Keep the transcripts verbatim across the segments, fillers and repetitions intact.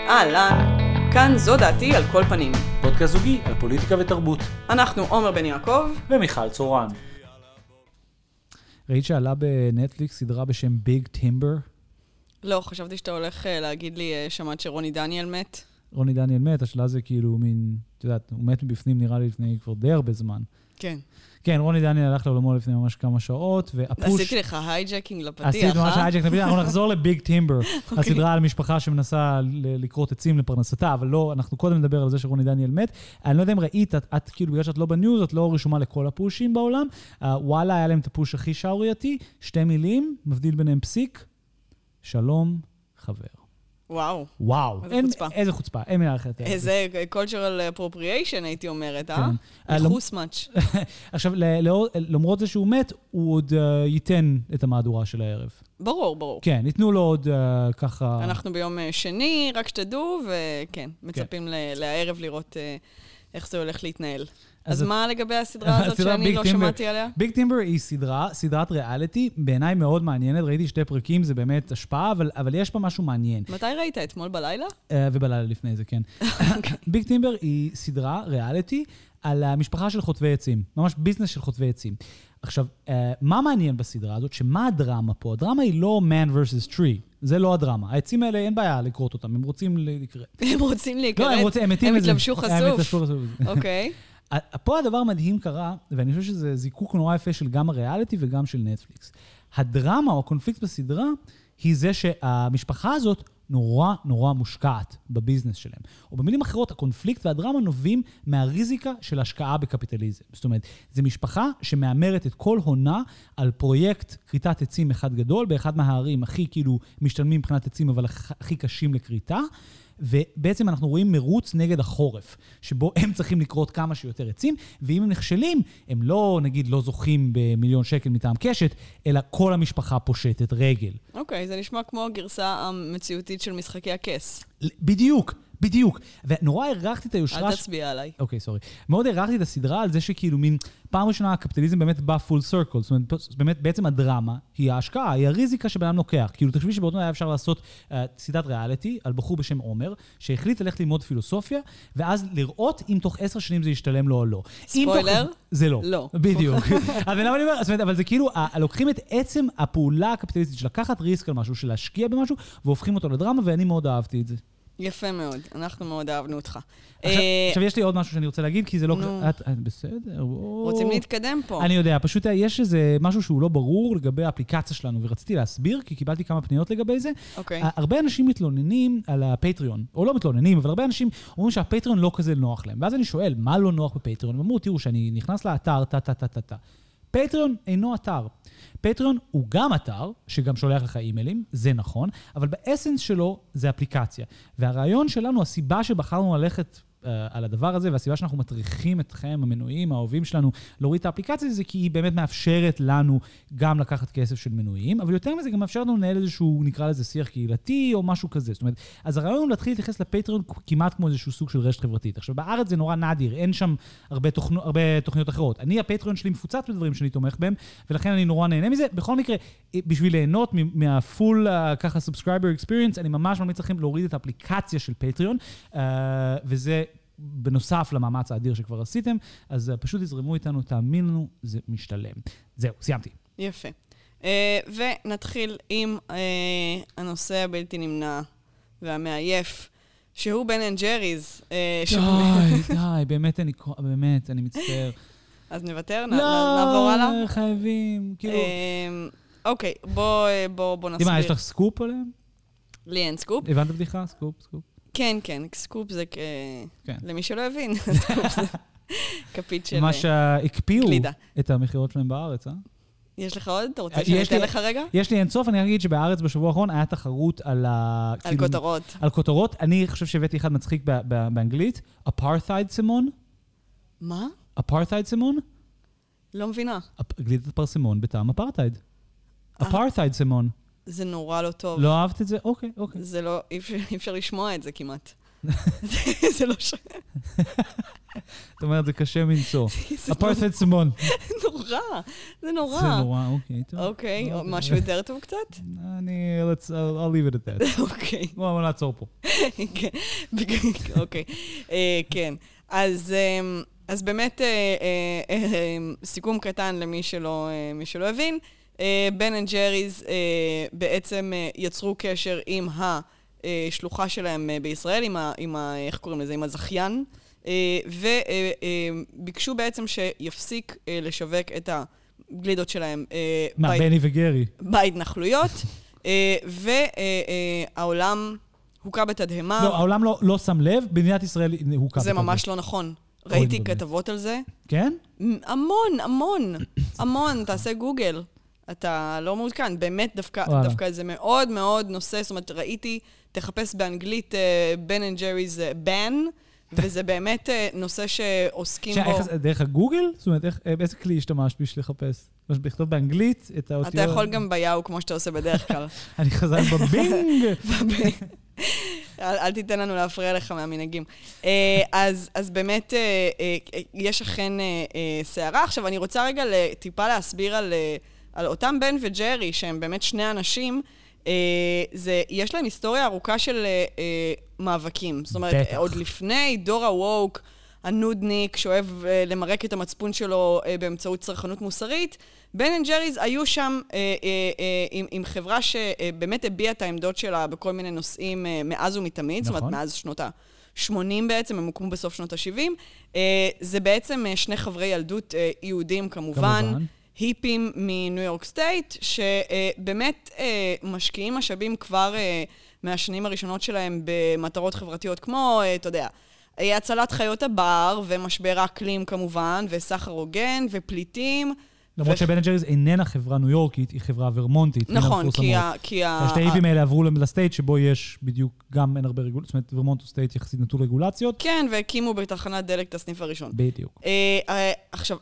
אהלן, כאן זו דעתי על כל פנים. פודקאסט זוגי על פוליטיקה ותרבות. אנחנו עומר בן יעקב ומיכל צורן. ראית שעלה בנטפליקס סדרה בשם ביג טימבר? לא, חשבתי שאתה הולך להגיד לי, שמעת שרוני דניאל מת. רוני דניאל מת, השאלה זה כאילו מין, את יודעת, הוא מת מבפנים נראה לי לפני כבר די הרבה זמן. כן. כן, רוני דניאל הלך לעולמו לפני ממש כמה שעות, והפוש... עשיתי לך הייג'קינג לפתיח, עשיתי ממש הייג'קינג לפתיח, אנחנו נחזור לביג טימבר, אוקיי. הסדרה על משפחה שמנסה לקרות עצים לפרנסתה, אבל לא, אנחנו קודם נדבר על זה שרוני דניאל מת. אני לא יודע אם ראית, את, את כאילו, בגלל שאת לא בניוז, את לא רשומה לכל הפושים בעולם. Uh, וואלה, היה להם את הפוש הכי שערורייתי, שתי מילים, מבדיל ביניהם פסיק, שלום, חבר. וואו. וואו. איזה אין, חוצפה. איזה חוצפה, אין מילה אחרת. איזה cultural appropriation הייתי אומרת, אה? כן. ייחוס מאץ'. עכשיו, למרות זה שהוא מת, הוא עוד uh, ייתן את המהדורה של הערב. ברור, ברור. כן, ניתנו לו עוד uh, ככה... אנחנו ביום שני, רק שתדעו, וכן, מצפים לערב לראות uh, איך זה הולך להתנהל. אז מה לגבי הסדרה הזאת שאני לא שמעתי עליה? ביג טימבר היא סדרה, סדרת ריאליטי, בעיניי מאוד מעניינת, ראיתי שתי פרקים, זה באמת השפעה, אבל, אבל יש פה משהו מעניין. מתי ראית? אתמול בלילה? ובלילה לפני זה, כן. ביג טימבר היא סדרה ריאליטי על המשפחה של חוטבי עצים, ממש ביזנס של חוטבי עצים. עכשיו, מה מעניין בסדרה הזאת? שמה הדרמה פה? הדרמה היא לא man versus tree. זה לא הדרמה. העצים האלה אין בעיה לקרות אותם, הם רוצים לקראת. הם רוצים לקראת? לא, הם רוצים, הם מתים הם לזה. התלבשו חשוף. אוקיי. פה הדבר מדהים קרה, ואני חושב שזה זיקוק נורא יפה של גם הריאליטי וגם של נטפליקס. הדרמה או הקונפליקט בסדרה היא זה שהמשפחה הזאת נורא נורא מושקעת בביזנס שלהם. או במילים אחרות, הקונפליקט והדרמה נובעים מהריזיקה של השקעה בקפיטליזם. זאת אומרת, זו משפחה שמאמרת את כל הונה על פרויקט כריתת עצים אחד גדול, באחד מהערים הכי כאילו משתלמים מבחינת עצים, אבל הכי קשים לכריתה. ובעצם אנחנו רואים מרוץ נגד החורף, שבו הם צריכים לקרות כמה שיותר עצים, ואם הם נכשלים, הם לא, נגיד, לא זוכים במיליון שקל מטעם קשת, אלא כל המשפחה פושטת רגל. אוקיי, זה נשמע כמו הגרסה המציאותית של משחקי הכס. בדיוק. בדיוק. ונורא הרחתי את היושרה... אל תצביע עליי. אוקיי, סורי. מאוד הרחתי את הסדרה על זה שכאילו מין, פעם ראשונה הקפיטליזם באמת בא פול סרקל. זאת אומרת, באמת, בעצם הדרמה היא ההשקעה, היא הריזיקה שבן לוקח. כאילו, תחשבי שבאותו היה אפשר לעשות uh, סדרת ריאליטי על בחור בשם עומר, שהחליט ללכת ללמוד פילוסופיה, ואז לראות אם תוך עשר שנים זה ישתלם לו או לא. ספוילר? תוך... זה לא. לא. בדיוק. אבל למה אני אומר? זאת אומרת, אבל זה כאילו, לוקחים את עצם הפעולה הקפיטליסטית של לקחת ריסק על משהו, של להשקיע במשהו, והופכים אותו לדרמה, ואני מאוד אהבתי את זה. יפה מאוד, אנחנו מאוד אהבנו אותך. עכשיו, יש לי עוד משהו שאני רוצה להגיד, כי זה לא... בסדר. רוצים להתקדם פה. אני יודע, פשוט יש איזה משהו שהוא לא ברור לגבי האפליקציה שלנו, ורציתי להסביר, כי קיבלתי כמה פניות לגבי זה. אוקיי. הרבה אנשים מתלוננים על הפטריון, או לא מתלוננים, אבל הרבה אנשים אומרים שהפטריון לא כזה נוח להם. ואז אני שואל, מה לא נוח בפטריון? ואמרו, תראו, שאני נכנס לאתר, טה, טה, טה, טה, טה. פטריון אינו אתר. פטריון הוא גם אתר, שגם שולח לך אימיילים, זה נכון, אבל באסנס שלו זה אפליקציה. והרעיון שלנו, הסיבה שבחרנו ללכת uh, על הדבר הזה, והסיבה שאנחנו מטריחים אתכם, המנויים, האהובים שלנו, להוריד את האפליקציה, זה כי היא באמת מאפשרת לנו גם לקחת כסף של מנויים, אבל יותר מזה גם מאפשרת לנו לנהל איזשהו, נקרא לזה שיח קהילתי, או משהו כזה. זאת אומרת, אז הרעיון הוא להתחיל להתייחס לפטריון כמעט כמו איזשהו סוג של רשת חברתית. עכשיו, בארץ זה נורא נדיר, אין שם הרבה, תוכנו, הרבה תוכניות אחרות. אני, הפטריון שלי מפוצץ בדברים שאני תומך בהם, ולכן אני נורא נהנה מזה. בכל מקרה, בשביל ליהנות מהפול, ככה, subscriber experience, אני ממש ממליץ לכם להוריד את האפליקציה של פטריון, uh, וזה בנוסף למאמץ האדיר שכבר עשיתם, אז uh, פשוט תזרמו איתנו, תאמין לנו, זה משתלם. זהו, סיימתי. יפה. Uh, ונתחיל עם uh, הנושא הבלתי נמנע והמעייף, שהוא בן אנד ג'ריז. די, די, באמת אני, באמת, אני מצטער. אז נוותר, נעבור הלאה? לא, חייבים, כאילו... אוקיי, בוא נסביר. דימה, יש לך סקופ עליהם? לי אין סקופ. הבנת בדיחה? סקופ, סקופ. כן, כן, סקופ זה למי שלא הבין. סקופ זה כפית של גלידה. מה שהקפיאו את המחירות שלהם בארץ, אה? יש לך עוד? אתה רוצה שאני אתן לך רגע? יש לי אינסוף, אני אגיד שבארץ בשבוע האחרון היה תחרות על ה... על כותרות. על כותרות. אני חושב שהבאתי אחד מצחיק באנגלית, אפרת'ייד סימון. מה? אפרת'ייד סימון? לא מבינה. גלידת פרסימון בטעם אפרת'ייד. אפרת'ייד סימון. זה נורא לא טוב. לא אהבת את זה? אוקיי, אוקיי. זה לא, אי אפשר לשמוע את זה כמעט. זה לא ש... זאת אומרת, זה קשה מנשוא. הפרסט סימון. נורא, זה נורא. זה נורא, אוקיי, טוב. אוקיי, משהו יותר טוב קצת? אני, let's, I'll leave it at that. אוקיי. בואו נעצור פה. אוקיי, כן. אז... אז באמת, סיכום קטן למי שלא הבין, בן אנד ג'ריז בעצם יצרו קשר עם השלוחה שלהם בישראל, עם ה... איך קוראים לזה? עם הזכיין, וביקשו בעצם שיפסיק לשווק את הגלידות שלהם. מה, בני וגרי? בהתנחלויות, והעולם הוקע בתדהמה. לא, העולם לא שם לב, במדינת ישראל הוקע בתדהמה. זה ממש לא נכון. ראיתי כתבות על זה. כן? המון, המון, המון, תעשה גוגל. אתה לא מעודכן, באמת דווקא, דווקא זה מאוד מאוד נושא, זאת אומרת, ראיתי, תחפש באנגלית בן אנד ג'ריז בן, וזה באמת נושא שעוסקים בו. דרך הגוגל? זאת אומרת, באיזה כלי השתמש בשביל לחפש? לכתוב באנגלית את האותיות? אתה יכול גם ביאו, כמו שאתה עושה בדרך כלל. אני חזר בבינג. אל, אל תיתן לנו להפריע לך מהמנהגים. אז, אז באמת, יש אכן שערה. עכשיו, אני רוצה רגע טיפה להסביר על, על אותם בן וג'רי, שהם באמת שני אנשים, זה, יש להם היסטוריה ארוכה של מאבקים. זאת אומרת, בטח. עוד לפני דור הווק, הנודניק, שאוהב למרק את המצפון שלו באמצעות צרכנות מוסרית, בן אנד ג'ריז היו שם אה, אה, אה, עם, עם חברה שבאמת הביעה את העמדות שלה בכל מיני נושאים אה, מאז ומתמיד, נכון. זאת אומרת, מאז שנות ה-שמונים בעצם, הם הוקמו בסוף שנות ה-שבעים. אה, זה בעצם אה, שני חברי ילדות אה, יהודים כמובן, כמובן, היפים מניו יורק סטייט, שבאמת אה, משקיעים משאבים כבר אה, מהשנים הראשונות שלהם במטרות חברתיות, כמו, אה, אתה יודע, הצלת חיות הבר ומשבר האקלים כמובן, וסחר הוגן ופליטים, למרות שבן אנד ג'ריז איננה חברה ניו יורקית, היא חברה ורמונטית. נכון, כי ה... השתי היפים האלה עברו לסטייט שבו יש בדיוק גם אין הרבה רגולציות, זאת אומרת, ורמונט הוא סטייט יחסית נטול רגולציות. כן, והקימו בתחנת דלק את הסניף הראשון. בדיוק. עכשיו,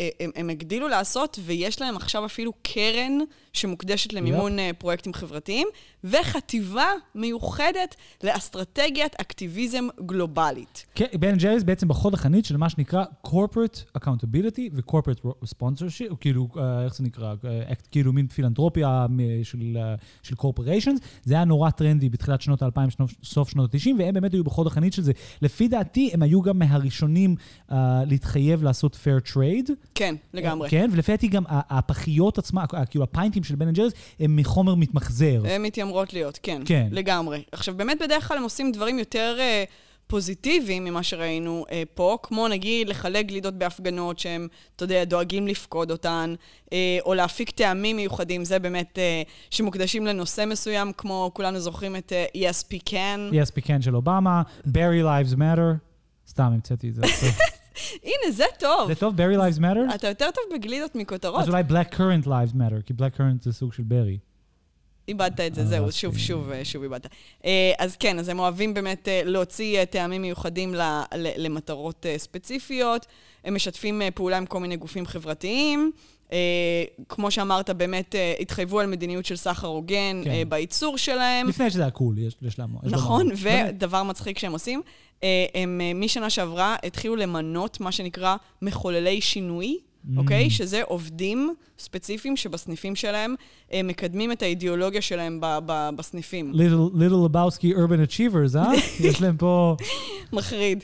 הם הגדילו לעשות, ויש להם עכשיו אפילו קרן שמוקדשת למימון פרויקטים חברתיים, וחטיבה מיוחדת לאסטרטגיית אקטיביזם גלובלית. כן, בן אנד ג'ריז בעצם בחוד החנית של מה שנקרא corporate accountability ו-corporate sponsorship, כאילו, איך זה נקרא, כאילו מין פילנטרופיה של, של corporations, זה היה נורא טרנדי בתחילת שנות ה-אלפיים, סוף שנות ה-תשעים, והם באמת היו בחוד החנית של זה. לפי דעתי, הם היו גם מהראשונים uh, להתחייב לעשות fair trade. כן, לגמרי. כן, ולפי דעתי גם הפחיות עצמה, כאילו הפיינטים של בן אנד ג'ריז, הם מחומר מתמחזר. הם מתיימרות להיות, כן, כן. לגמרי. עכשיו, באמת בדרך כלל הם עושים דברים יותר... Uh, פוזיטיביים ממה שראינו אה, פה, כמו נגיד לחלק גלידות בהפגנות שהם, אתה יודע, דואגים לפקוד אותן, אה, או להפיק טעמים מיוחדים, זה באמת אה, שמוקדשים לנושא מסוים, כמו כולנו זוכרים את אה, Yes We Can. Yes We Can של אובמה, Bury Lives Matter, סתם המצאתי את זה. הנה, זה טוב. זה טוב, Bury Lives Matter? אתה יותר טוב בגלידות מכותרות. אז אולי Black Currant Lives Matter, כי Black Currant זה סוג של ברי. איבדת את זה, זהו, שוב, שוב, שוב איבדת. אז כן, אז הם אוהבים באמת להוציא טעמים מיוחדים למטרות ספציפיות, הם משתפים פעולה עם כל מיני גופים חברתיים, כמו שאמרת, באמת התחייבו על מדיניות של סחר הוגן בייצור שלהם. לפני שזה היה קול, יש להם. נכון, ודבר מצחיק שהם עושים, הם משנה שעברה התחילו למנות מה שנקרא מחוללי שינוי, אוקיי? שזה עובדים ספציפיים שבסניפים שלהם מקדמים את האידיאולוגיה שלהם בסניפים. Little Lebowski Urban Achievers, אה? יש להם פה... מחריד.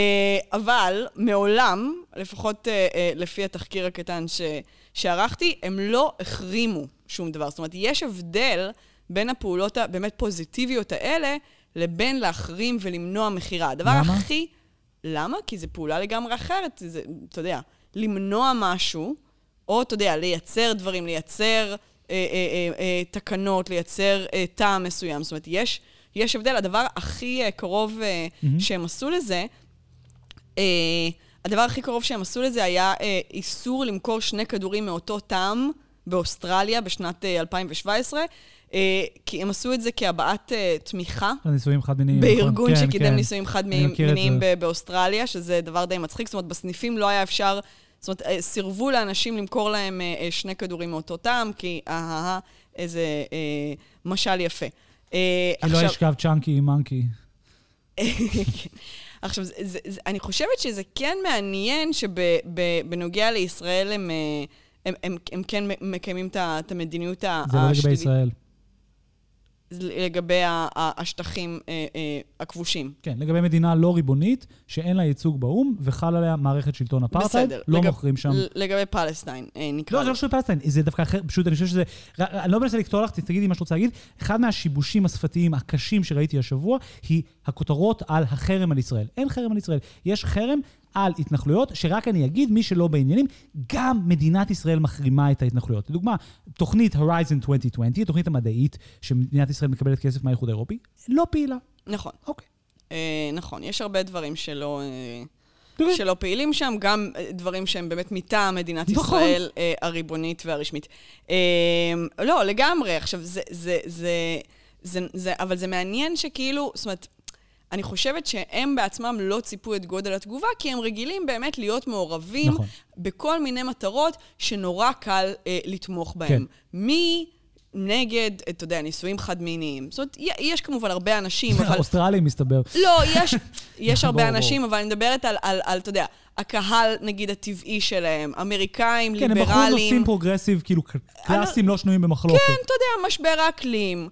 אבל מעולם, לפחות לפי התחקיר הקטן שערכתי, הם לא החרימו שום דבר. זאת אומרת, יש הבדל בין הפעולות הבאמת פוזיטיביות האלה, לבין להחרים ולמנוע מחירה. הדבר הכי... למה? כי זו פעולה לגמרי אחרת. זה, אתה יודע... למנוע משהו, או, אתה יודע, לייצר דברים, לייצר אה, אה, אה, אה, תקנות, לייצר אה, טעם מסוים. זאת אומרת, יש, יש הבדל. הדבר הכי אה, קרוב אה, mm-hmm. שהם עשו לזה, אה, הדבר הכי קרוב שהם עשו לזה היה אה, איסור למכור שני כדורים מאותו טעם באוסטרליה בשנת אה, אלפיים שבע עשרה, אה, כי הם עשו את זה כהבעת אה, תמיכה. ניסויים חד מיניים. בארגון כן, שקידם כן. ניסויים חד מיניים באוסטרליה, שזה דבר די מצחיק. זאת אומרת, בסניפים לא היה אפשר... זאת אומרת, סירבו לאנשים למכור להם שני כדורים מאותו טעם, כי אהה, איזה משל יפה. כי לא ישכב צ'אנקי עם מנקי. עכשיו, זה, זה, זה, אני חושבת שזה כן מעניין שבנוגע לישראל הם, הם, הם, הם כן מקיימים את המדיניות השלילית. זה לא לגבי ישראל. לגבי השטחים הכבושים. כן, לגבי מדינה לא ריבונית, שאין לה ייצוג באום, וחל עליה מערכת שלטון אפרטהייד, לא מוכרים שם. לגבי פלסטיין, נקרא. לא, זה לא של פלסטיין, זה דווקא אחר, פשוט אני חושב שזה, אני לא מנסה לקטוע לך, תגידי מה שרוצה להגיד, אחד מהשיבושים השפתיים הקשים שראיתי השבוע, היא הכותרות על החרם על ישראל. אין חרם על ישראל, יש חרם על התנחלויות, שרק אני אגיד, מי שלא בעניינים, גם מדינת ישראל מחרימה את ההתנחלויות. לדוגמה, תוכנית Horizon עשרים עשרים, התוכנית המדעית, שמדינת ישראל מקבלת כסף מהאיחוד האירופי, לא פעילה. נכון. אוקיי. אה, נכון, יש הרבה דברים שלא, אה, שלא פעילים שם, גם דברים שהם באמת מטעם מדינת נכון. ישראל אה, הריבונית והרשמית. אה, לא, לגמרי. עכשיו, זה, זה, זה, זה, זה, אבל זה מעניין שכאילו, זאת אומרת, אני חושבת שהם בעצמם לא ציפו את גודל התגובה, כי הם רגילים באמת להיות מעורבים נכון. בכל מיני מטרות שנורא קל אה, לתמוך בהם. כן. מי נגד, אתה יודע, נישואים חד-מיניים. זאת אומרת, יש כמובן הרבה אנשים, אבל... אוסטרלים מסתבר. לא, יש, יש הרבה אנשים, אבל אני מדברת על, על, על, אתה יודע, הקהל, נגיד, הטבעי שלהם, אמריקאים, כן, ליברלים. כן, הם בחרו נושאים פרוגרסיב, כאילו קלאסיים לא שנויים במחלוקת. כן, אתה יודע, משבר האקלים.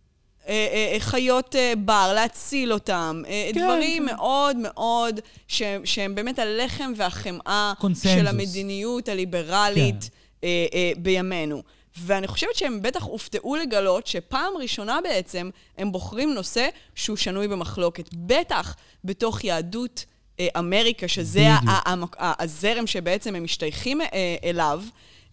חיות בר, להציל אותם, דברים מאוד מאוד שהם באמת הלחם והחמאה של המדיניות הליברלית בימינו. ואני חושבת שהם בטח הופתעו לגלות שפעם ראשונה בעצם הם בוחרים נושא שהוא שנוי במחלוקת. בטח בתוך יהדות אמריקה, שזה הזרם שבעצם הם משתייכים אליו,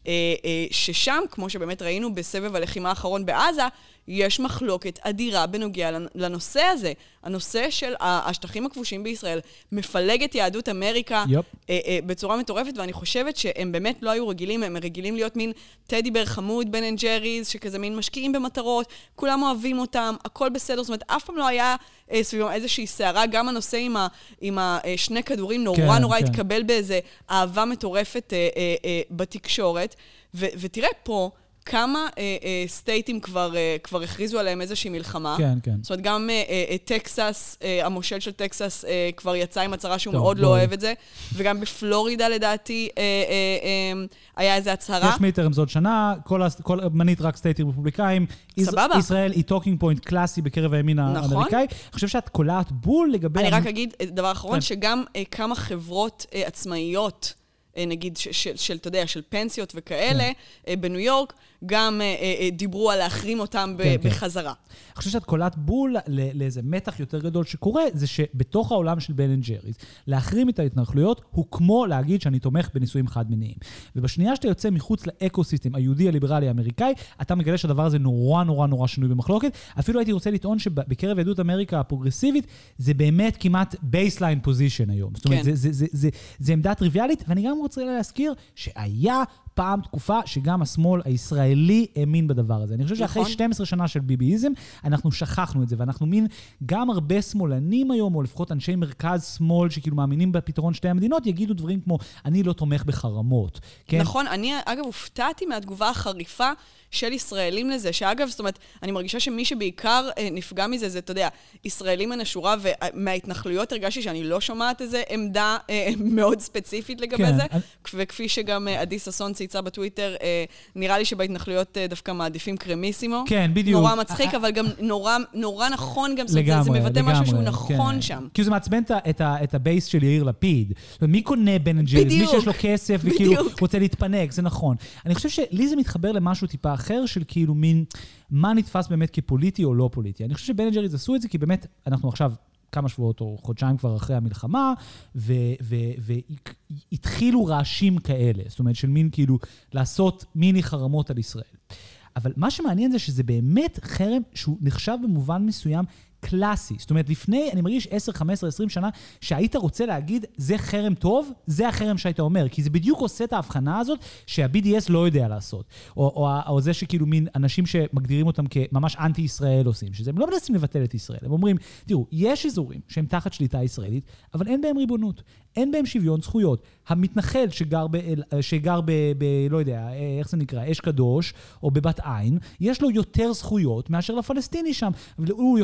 ששם, כמו שבאמת ראינו בסבב הלחימה האחרון בעזה, יש מחלוקת אדירה בנוגע לנושא הזה. הנושא של השטחים הכבושים בישראל מפלג את יהדות אמריקה yep. בצורה מטורפת, ואני חושבת שהם באמת לא היו רגילים, הם רגילים להיות מין טדי בר חמוד בן אנד ג'ריז, שכזה מין משקיעים במטרות, כולם אוהבים אותם, הכל בסדר, זאת אומרת, אף פעם לא היה סביבם איזושהי שערה, גם הנושא עם, ה, עם השני כדורים נורא כן, נורא כן. התקבל באיזה אהבה מטורפת אה, אה, אה, בתקשורת, ו, ותראה פה, כמה אה, אה, סטייטים כבר, אה, כבר הכריזו עליהם איזושהי מלחמה. כן, כן. זאת אומרת, גם אה, אה, טקסס, אה, המושל של טקסס אה, כבר יצא עם הצהרה שהוא טוב, מאוד בואי. לא אוהב את זה, וגם בפלורידה לדעתי אה, אה, אה, היה איזו הצהרה. יש מיטרם זאת שנה, כל, כל מנית רק סטייטים רפובליקאים. סבבה. ישראל היא טוקינג פוינט קלאסי בקרב הימין נכון. האמריקאי. אני חושב שאת קולעת בול לגבי... אני רק אגיד דבר אחרון, כן. שגם אה, כמה חברות אה, עצמאיות, נגיד, של, של, אתה יודע, של פנסיות וכאלה, כן. בניו יורק, גם דיברו על להחרים אותם כן, בחזרה. כן. אני חושב שאת קולט בול לאיזה מתח יותר גדול שקורה, זה שבתוך העולם של בן אנד ג'ריז, להחרים את ההתנחלויות הוא כמו להגיד שאני תומך בנישואים חד-מיניים. ובשנייה שאתה יוצא מחוץ לאקוסיסטם היהודי הליברלי האמריקאי, אתה מגלה שהדבר הזה נורא נורא נורא שנוי במחלוקת. אפילו הייתי רוצה לטעון שבקרב יהדות אמריקה הפרוגרסיבית, זה באמת כמעט בייסליין פוזישן היום. זאת אומרת, כן. זה, זה, זה, זה, זה עמדה טריוויאלית, ואני גם רוצה להזכיר שהיה פעם תקופה שגם השמאל הישראלי האמין בדבר הזה. אני חושב שאחרי שתים עשרה שנה של ביביזם, אנחנו שכחנו את זה, ואנחנו מין גם הרבה שמאלנים היום, או לפחות אנשי מרכז שמאל שכאילו מאמינים בפתרון שתי המדינות, יגידו דברים כמו, אני לא תומך בחרמות. כן? נכון, אני אגב הופתעתי מהתגובה החריפה של ישראלים לזה, שאגב, זאת אומרת, אני מרגישה שמי שבעיקר נפגע מזה, זה, אתה יודע, ישראלים מן השורה, ומההתנחלויות הרגשתי שאני לא שומעת איזה עמדה מאוד ספציפית לגבי זה, וכפי שגם עדי ססון צייצה בטוויטר, נראה לי שבהתנחלויות דווקא מעדיפים קרמיסימו. כן, בדיוק. נורא מצחיק, אבל גם נורא נכון, גם זה מבטא משהו שהוא נכון שם. כי זה מעצבן את הבייס של יאיר לפיד. מי קונה בן אנד ג'ריז? מי שיש לו כסף וכאילו רוצה להתפנק, זה נכון. אני חושב שלי זה מתחבר למשהו טיפה אחר של כאילו מין, מה נתפס באמת כפוליטי או לא פוליטי. אני חושב שבן אנד ג'ריז עשו את זה, כי באמת אנחנו עכשיו כמה שבועות או חודשיים כבר אחרי המלחמה, והתחילו רעשים כאלה, זאת אומרת של מין כאילו לעשות מיני חרמות על ישראל. אבל מה שמעניין זה שזה באמת חרם שהוא נחשב במובן מסוים קלאסי. זאת אומרת, לפני, אני מרגיש עשר, חמש עשרה, עשרים שנה, שהיית רוצה להגיד, זה חרם טוב, זה החרם שהיית אומר, כי זה בדיוק עושה את ההבחנה הזאת, שה-בי די אס לא יודע לעשות. או, או, או זה שכאילו מין אנשים שמגדירים אותם כממש אנטי-ישראל עושים, שזה הם לא מנסים לבטל את ישראל. הם אומרים, תראו, יש אזורים שהם תחת שליטה ישראלית, אבל אין בהם ריבונות. אין בהם שוויון זכויות. המתנחל שגר ב, שגר ב, ב, לא יודע, איך זה נקרא, אש קדוש, או בבת עין, יש לו יותר זכויות מאשר לפלסטיני שם. והוא יכול ללכת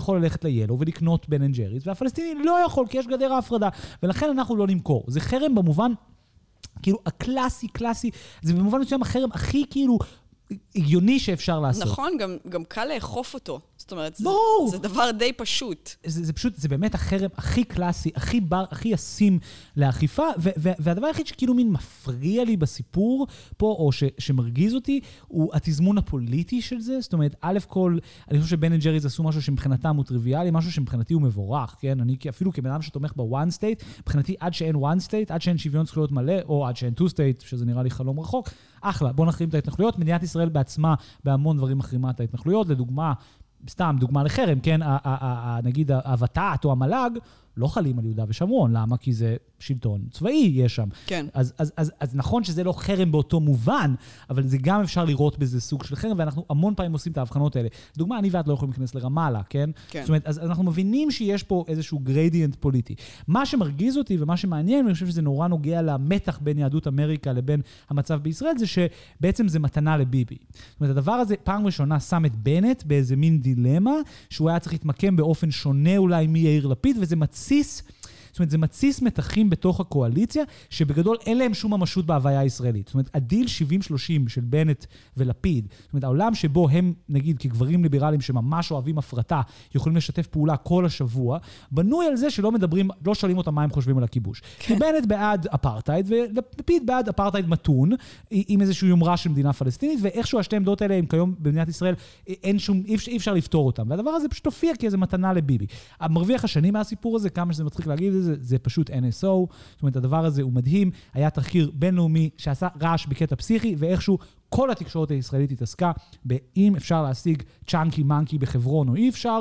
ל-Yellow ולקנות בן אנד ג'ריז, והפלסטיני לא יכול, כי יש גדר ההפרדה, ולכן אנחנו לא נמכור. זה חרם במובן, כאילו, הקלאסי, קלאסי, זה במובן מסוים החרם הכי כאילו הגיוני שאפשר לעשות. נכון, גם, גם קל לאכוף אותו. זאת אומרת, זה, זה דבר די פשוט. זה, זה פשוט, זה באמת החרם הכי קלאסי, הכי בר, הכי ישים לאכיפה, ו, ו, והדבר היחיד שכאילו מין מפריע לי בסיפור פה, או ש, שמרגיז אותי, הוא התזמון הפוליטי של זה. זאת אומרת, א' כל, אני חושב שבן אנד ג'ריז עשו משהו שמבחינתם הוא טריוויאלי, משהו שמבחינתי הוא מבורך, כן? אני אפילו כבן אדם שתומך ב-one state, מבחינתי עד שאין one state, עד שאין שוויון זכויות מלא, או עד שאין two state, שזה נראה לי חלום רחוק, אחלה, בוא נחרים את ההתנחלויות. מדינת ישראל בעצמה, בהמון דברים מחרימה את ההתנחלויות, לדוגמה, סתם, דוגמה לחרם, כן, נגיד הוות"ת או המל"ג, לא חלים על יהודה ושומרון. למה? כי זה שלטון צבאי יש שם. כן. אז, אז, אז, אז נכון שזה לא חרם באותו מובן, אבל זה גם אפשר לראות בזה סוג של חרם, ואנחנו המון פעמים עושים את ההבחנות האלה. דוגמה, אני ואת לא יכולים להיכנס לרמאללה, כן? כן. זאת אומרת, אז אנחנו מבינים שיש פה איזשהו גרדיאנט פוליטי. מה שמרגיז אותי ומה שמעניין, ואני חושב שזה נורא נוגע למתח בין יהדות אמריקה לבין המצב בישראל, זה שבעצם זה מתנה לביבי. זאת אומרת, הדבר הזה פעם ראשונה שם את בנט באיזה מין דילמה, שהוא היה צריך להתמקם באופן שונה אולי מיאיר לפיד, וזה מציס, זאת אומרת, זה מציס מתחים בתוך הקואליציה, שבגדול אין להם שום ממשות בהוויה הישראלית. זאת אומרת, הדיל שבעים שלושים של בנט ולפיד, זאת אומרת, העולם שבו הם, נגיד, כגברים ליברליים שממש אוהבים הפרטה, יכולים לשתף פעולה כל השבוע, בנוי על זה שלא מדברים, לא שואלים אותם מה הם חושבים על הכיבוש. כי בנט בעד אפרטייד, ולפיד בעד אפרטייד מתון, עם איזושהי יומרה של מדינה פלסטינית, ואיכשהו השתי עמדות האלה הם כיום במדינת ישראל, אין שום, אי אפשר לפתור אותם. והדבר הזה פשוט הופיע כאיזה מתנה לביבי. המרוויח השני מהסיפור הזה, כמה שזה מצחיק להגיד את זה, זה פשוט אן אס או. זאת אומרת, הדבר הזה הוא מדהים. היה תחקיר בינלאומי שעשה רעש בקטע פסיכי, ואיכשהו כל התקשורת הישראלית התעסקה באם אפשר להשיג צ'אנקי מנקי בחברון או אי אפשר,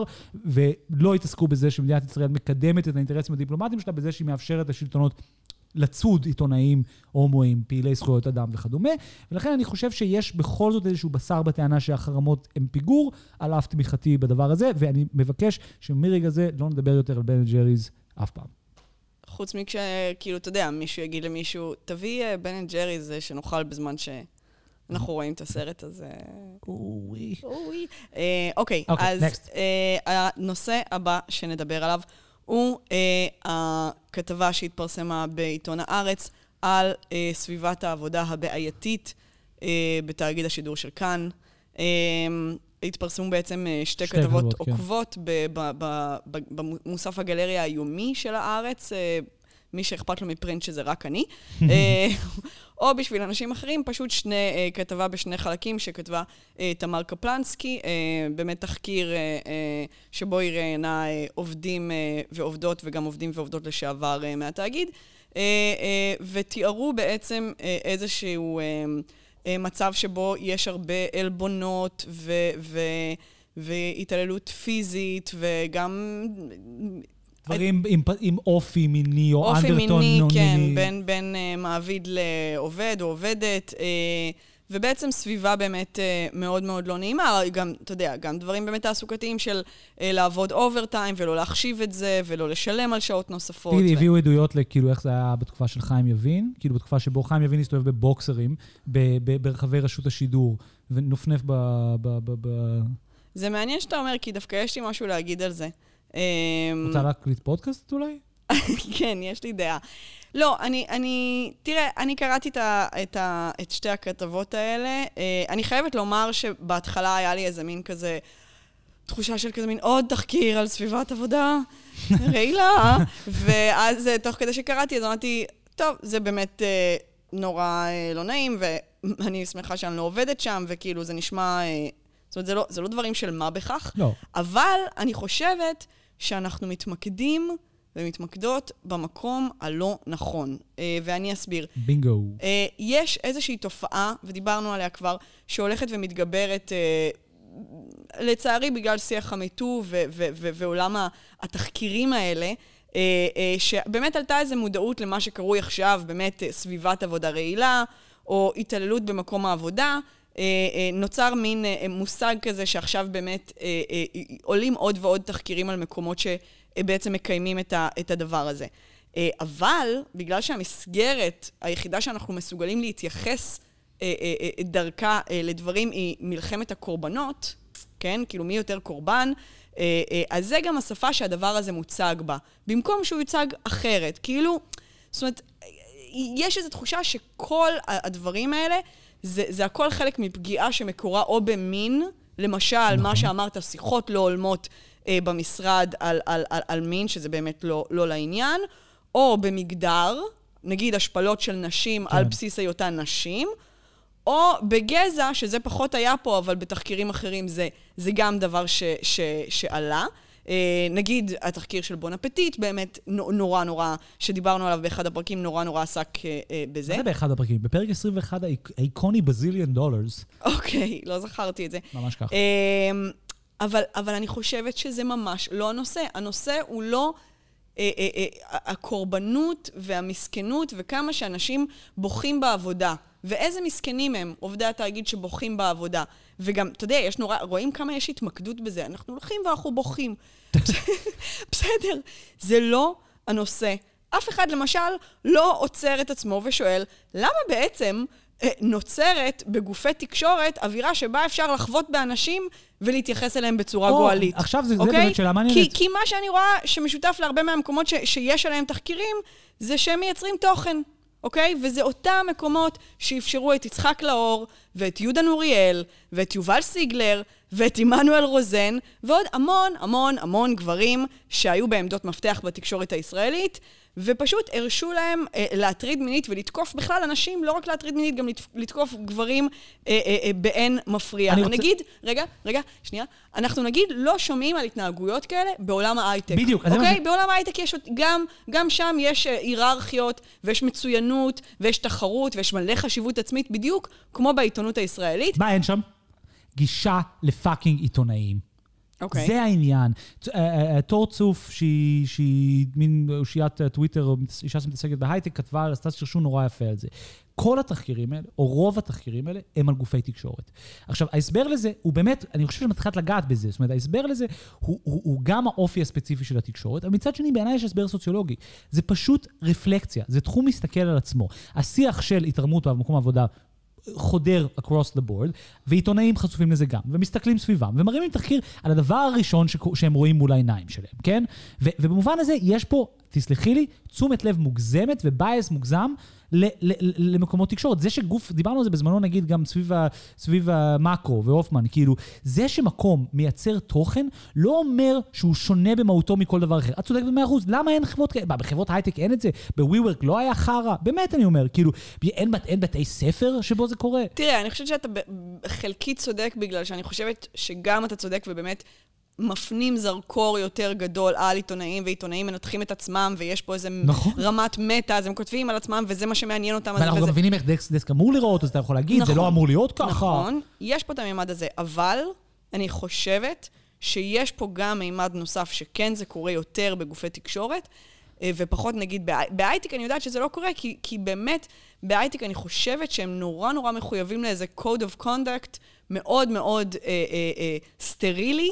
ולא התעסקו בזה שמדינת ישראל מקדמת את האינטרסים הדיפלומטיים שלה, בזה שהיא מאפשרת לשלטונות לצוד עיתונאים, הומואים, פעילי זכויות אדם וכדומה, ולכן אני חושב שיש בכל זאת איזשהו בשר בטענה שהחרמות הם פיגור, על אף תמיכתי בדבר הזה, ואני מבקש שמרגע זה לא נדבר יותר על בן אנד ג'ריז אף פעם. חוץ מכשכאילו, אתה יודע, מישהו יגיד למישהו, תביא בן אנד ג'ריז שנאכל בזמן שאנחנו רואים את הסרט הזה. אוי. אוי. אוקיי, אז הנושא הבא שנדבר עליו, הוא הכתבה שהתפרסמה בעיתון הארץ על סביבת העבודה הבעייתית בתאגיד השידור של כאן. התפרסמו בעצם שתי כתבות עוקבות במוסף הגלריה היומי של הארץ, מי שאכפת לו מפרינט שזה רק אני, או בשביל אנשים אחרים, פשוט שני, כתבה בשני חלקים שכתבה תמר קפלנסקי, באמת תחקיר שבו היא ראיינה עובדים ועובדות וגם עובדים ועובדות לשעבר מהתאגיד, ותיארו בעצם איזשהו מצב שבו יש הרבה אלבונות והתעללות פיזית וגם דברים עם, עם אופי מיני או אופי אנדרטון מיני, מיני. כן, בין, בין uh, מעביד לעובד או עובדת, uh, ובעצם סביבה באמת uh, מאוד מאוד לא נעימה, גם, אתה יודע, גם דברים באמת תעסוקתיים של uh, לעבוד אוברטיים ולא להחשיב את זה ולא לשלם על שעות נוספות. תגידי, ו... הביאו עדויות לכאילו איך זה היה בתקופה של חיים יבין, כאילו בתקופה שבו חיים יבין הסתובב בבוקסרים, ב- ב- ברחבי רשות השידור, ונופנף ב... ב-, ב-, ב- זה מעניין שאתה אומר, כי דווקא יש לי משהו להגיד על זה. רוצה להקליט פודקאסט אולי? כן, יש לי דעה. לא, אני, אני, תראה, אני קראתי את, ה, את, ה, את שתי הכתבות האלה. אני חייבת לומר שבהתחלה היה לי איזה מין כזה, תחושה של כזה מין עוד תחקיר על סביבת עבודה, רעילה. ואז תוך כדי שקראתי, אז אמרתי, טוב, זה באמת נורא לא נעים, ואני שמחה שאני לא עובדת שם, וכאילו זה נשמע... זאת אומרת, זה לא, זה לא דברים של מה בכך, לא. אבל אני חושבת שאנחנו מתמקדים ומתמקדות במקום הלא נכון, ואני אסביר. בינגו. יש איזושהי תופעה, ודיברנו עליה כבר, שהולכת ומתגברת, לצערי בגלל שיח המיטו ועולם התחקירים האלה, שבאמת עלתה איזו מודעות למה שקרוי עכשיו, באמת סביבת עבודה רעילה, או התעללות במקום העבודה, נוצר מין מושג כזה שעכשיו באמת עולים עוד ועוד תחקירים על מקומות שבעצם מקיימים את הדבר הזה. אבל בגלל שהמסגרת היחידה שאנחנו מסוגלים להתייחס דרכה לדברים היא מלחמת הקורבנות, כן? כאילו מי יותר קורבן. אז זה גם השפה שהדבר הזה מוצג בה. במקום שהוא יוצג אחרת. כאילו, זאת אומרת, יש איזו תחושה שכל הדברים האלה, זה, זה הכל חלק מפגיעה שמקורה או במין, למשל, נכון. מה שאמרת, שיחות לא עולמות אה, במשרד על, על, על, על מין, שזה באמת לא, לא לעניין, או במגדר, נגיד השפלות של נשים כן. על בסיס היותן נשים, או בגזע, שזה פחות היה פה, אבל בתחקירים אחרים זה, זה גם דבר ש, ש, שעלה. אה, נגיד, התחקיר של בון אפטיט, באמת נורא נורא, שדיברנו עליו באחד הפרקים, נורא נורא עסק אה, בזה. מה זה באחד הפרקים? בפרק עשרים ואחת, האיקוני בזיליון דולרס. אוקיי, לא זכרתי את זה. ממש ככה. אה, אבל, אבל אני חושבת שזה ממש לא הנושא. הנושא הוא לא אה, אה, אה, הקורבנות והמסכנות, וכמה שאנשים בוכים בעבודה. ואיזה מסכנים הם, עובדי התאגיד שבוכים בעבודה. וגם, אתה יודע, יש נורא, רואים כמה יש התמקדות בזה. אנחנו הולכים ואנחנו בוכים. בסדר, זה לא הנושא. אף אחד, למשל, לא עוצר את עצמו ושואל, למה בעצם אה, נוצרת בגופי תקשורת אווירה שבה אפשר לחוות באנשים ולהתייחס אליהם בצורה או, גואלית? עכשיו זה, אוקיי? זה באמת שאלה מעניינת. כי, כי מה שאני רואה שמשותף להרבה מהמקומות ש, שיש עליהם תחקירים, זה שהם מייצרים תוכן. אוקיי? וזה אותם מקומות שאפשרו את יצחק לאור, ואת יהודה נוריאל, ואת יובל סיגלר, ואת עמנואל רוזן, ועוד המון, המון, המון גברים שהיו בעמדות מפתח בתקשורת הישראלית, ופשוט הרשו להם אה, להטריד מינית ולתקוף בכלל אנשים, לא רק להטריד מינית, גם לתקוף גברים אה, אה, אה, באין מפריע. רוצה... נגיד, רגע, רגע, שנייה, אנחנו נגיד לא שומעים על התנהגויות כאלה בעולם ההייטק. בדיוק. אוקיי? בעולם ההייטק יש, גם, גם שם יש היררכיות, ויש מצוינות, ויש תחרות, ויש מלא חשיבות עצמית, בדיוק כמו בעיתונות הישראלית. מה אין שם? גישה לפאקינג עיתונאים. Okay. זה העניין. תור צוף, שהיא מין אושיית טוויטר, או אישה שמתעסקת בהייטק, כתבה, עשתה שרשור נורא יפה על זה. כל התחקירים האלה, או רוב התחקירים האלה, הם על גופי תקשורת. עכשיו, ההסבר לזה, הוא באמת, אני חושב שמתחילת לגעת בזה, זאת אומרת, ההסבר לזה, הוא, הוא, הוא גם האופי הספציפי של התקשורת, אבל מצד שני, בעיניי יש הסבר סוציולוגי. זה פשוט רפלקציה, זה תחום מסתכל על עצמו. השיח של התרמות במקום העבודה, חודר across the board, ועיתונאים חשופים לזה גם, ומסתכלים סביבם, ומראים תחקיר על הדבר הראשון ש- שהם רואים מול העיניים שלהם, כן? ו- ובמובן הזה יש פה, תסלחי לי, תשומת לב מוגזמת ובייס מוגזם ל- ל- למקומות תקשורת. זה שגוף, דיברנו על זה בזמנו נגיד גם סביב, ה- סביב המאקרו והופמן, כאילו, זה שמקום מייצר תוכן, לא אומר שהוא שונה במהותו מכל דבר אחר. את צודקת ב-מאה אחוז, למה אין חברות כאלה? בחברות הייטק אין את זה, ב-WeWork לא היה חרה, באמת אני אומר, כאילו, אין, אין בתי ספר שבו זה קורה. תראה, אני חושבת שאתה חלקית צודק, בגלל שאני חושבת שגם אתה צודק ובאמת מפנים זרקור יותר גדול על עיתונאים, ועיתונאים מנתחים את עצמם, ויש פה איזה נכון. רמת מטה, אז הם כותבים על עצמם, וזה מה שמעניין אותם. ואנחנו וזה... גם מבינים איך דסק, דסק אמור לראות, אז אתה יכול להגיד, נכון, זה לא אמור להיות ככה. נכון, יש פה את המימד הזה, אבל אני חושבת שיש פה גם מימד נוסף, שכן זה קורה יותר בגופי תקשורת, ופחות נגיד, בהייטק אני יודעת שזה לא קורה, כי, כי באמת, בהייטק אני חושבת שהם נורא נורא מחויבים לאיזה code of conduct, מאוד מאוד אה, אה, אה, סטרילי,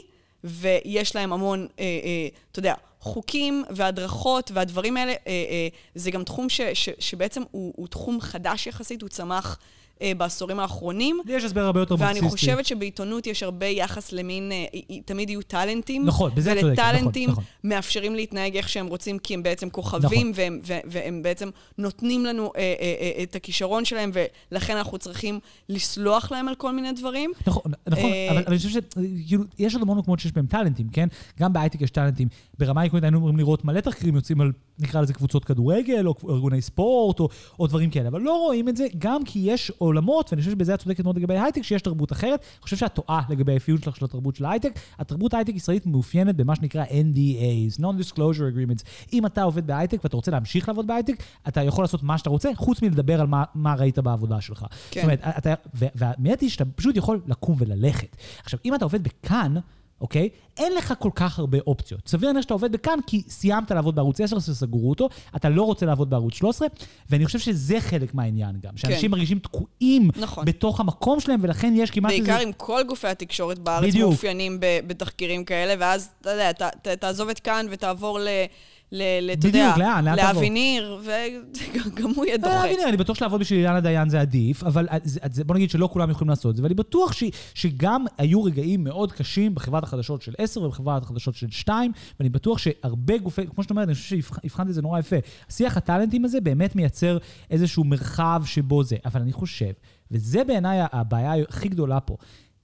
ויש להם המון, אה, אה, אתה יודע, חוקים והדרכות והדברים האלה, אה, אה, זה גם תחום ש, ש, שבעצם הוא, הוא תחום חדש יחסית, הוא צמח אה, בעשורים האחרונים. יש הסבר הרבה יותר ואני מרקסיסטי. חושבת שבעיתונות יש הרבה יחס למין, אה, תמיד יהיו טלנטים. נכון, בזה צודקת, ולטלנטים נכון, נכון. מאפשרים להתנהג איך שהם רוצים, כי הם בעצם כוכבים, נכון. והם, ו, והם בעצם נותנים לנו אה, אה, אה, את הכישרון שלהם, ולכן אנחנו צריכים לסלוח להם על כל מיני דברים. נכון, נכון, אה, אבל, אבל אני חושב שיש עוד המון מקומות שיש בהם טלנטים, כן? גם בהייטק יש טלנטים. ברמה העקרונית היינו אומרים לראות מלא תחקירים יוצאים על, נקרא לזה קבוצות כדורגל, או ארגוני ספורט, או, או דברים כאלה. אבל לא רואים את זה, גם כי יש עולמות, ואני חושב שבזה את צודקת מאוד לגבי הייטק, שיש תרבות אחרת. אני חושב שהתואה לגבי האפיון שלך של התרבות של הייטק, התרבות הייטק ישראלית מאופיינת במה שנקרא אן די איז, Non-Disclosure Agreements. אם אתה עובד בהייטק ואתה רוצה להמשיך לעבוד בהייטק, אתה יכול לעשות מה שאתה רוצה, חוץ מלדבר על מה, מה ראית בעבודה שלך. כן. זאת אומרת, אתה, והאמת היא שאתה פשוט יכול לקום וללכת. עכשיו, אם אתה עובד בכאן, אוקיי? אין לך כל כך הרבה אופציות. סביר להניח שאתה עובד בכאן, כי סיימת לעבוד בערוץ עשר, סגרו אותו, אתה לא רוצה לעבוד בערוץ שלוש עשרה, ואני חושב שזה חלק מהעניין גם, שאנשים כן. מרגישים תקועים נכון. בתוך המקום שלהם, ולכן יש כמעט... בעיקר איזה... עם כל גופי התקשורת בארץ בדיוק. מאופיינים בתחקירים כאלה, ואז, אתה יודע, ת, ת, תעזוב את כאן ותעבור ל... אתה יודע, לאן, לאן לאביניר, וגם הוא יהיה דוחה. לאביניר, אני בטוח שלעבוד בשביל אילנה דיין זה עדיף, אבל בוא נגיד שלא כולם יכולים לעשות את זה, ואני בטוח שגם היו רגעים מאוד קשים בחברת החדשות של עשר ובחברת החדשות של שתיים, ואני בטוח שהרבה גופי, כמו שאת אומרת, אני חושב שהבחנתי את זה נורא יפה, השיח הטלנטים הזה באמת מייצר איזשהו מרחב שבו זה, אבל אני חושב, וזה בעיניי הבעיה הכי גדולה פה,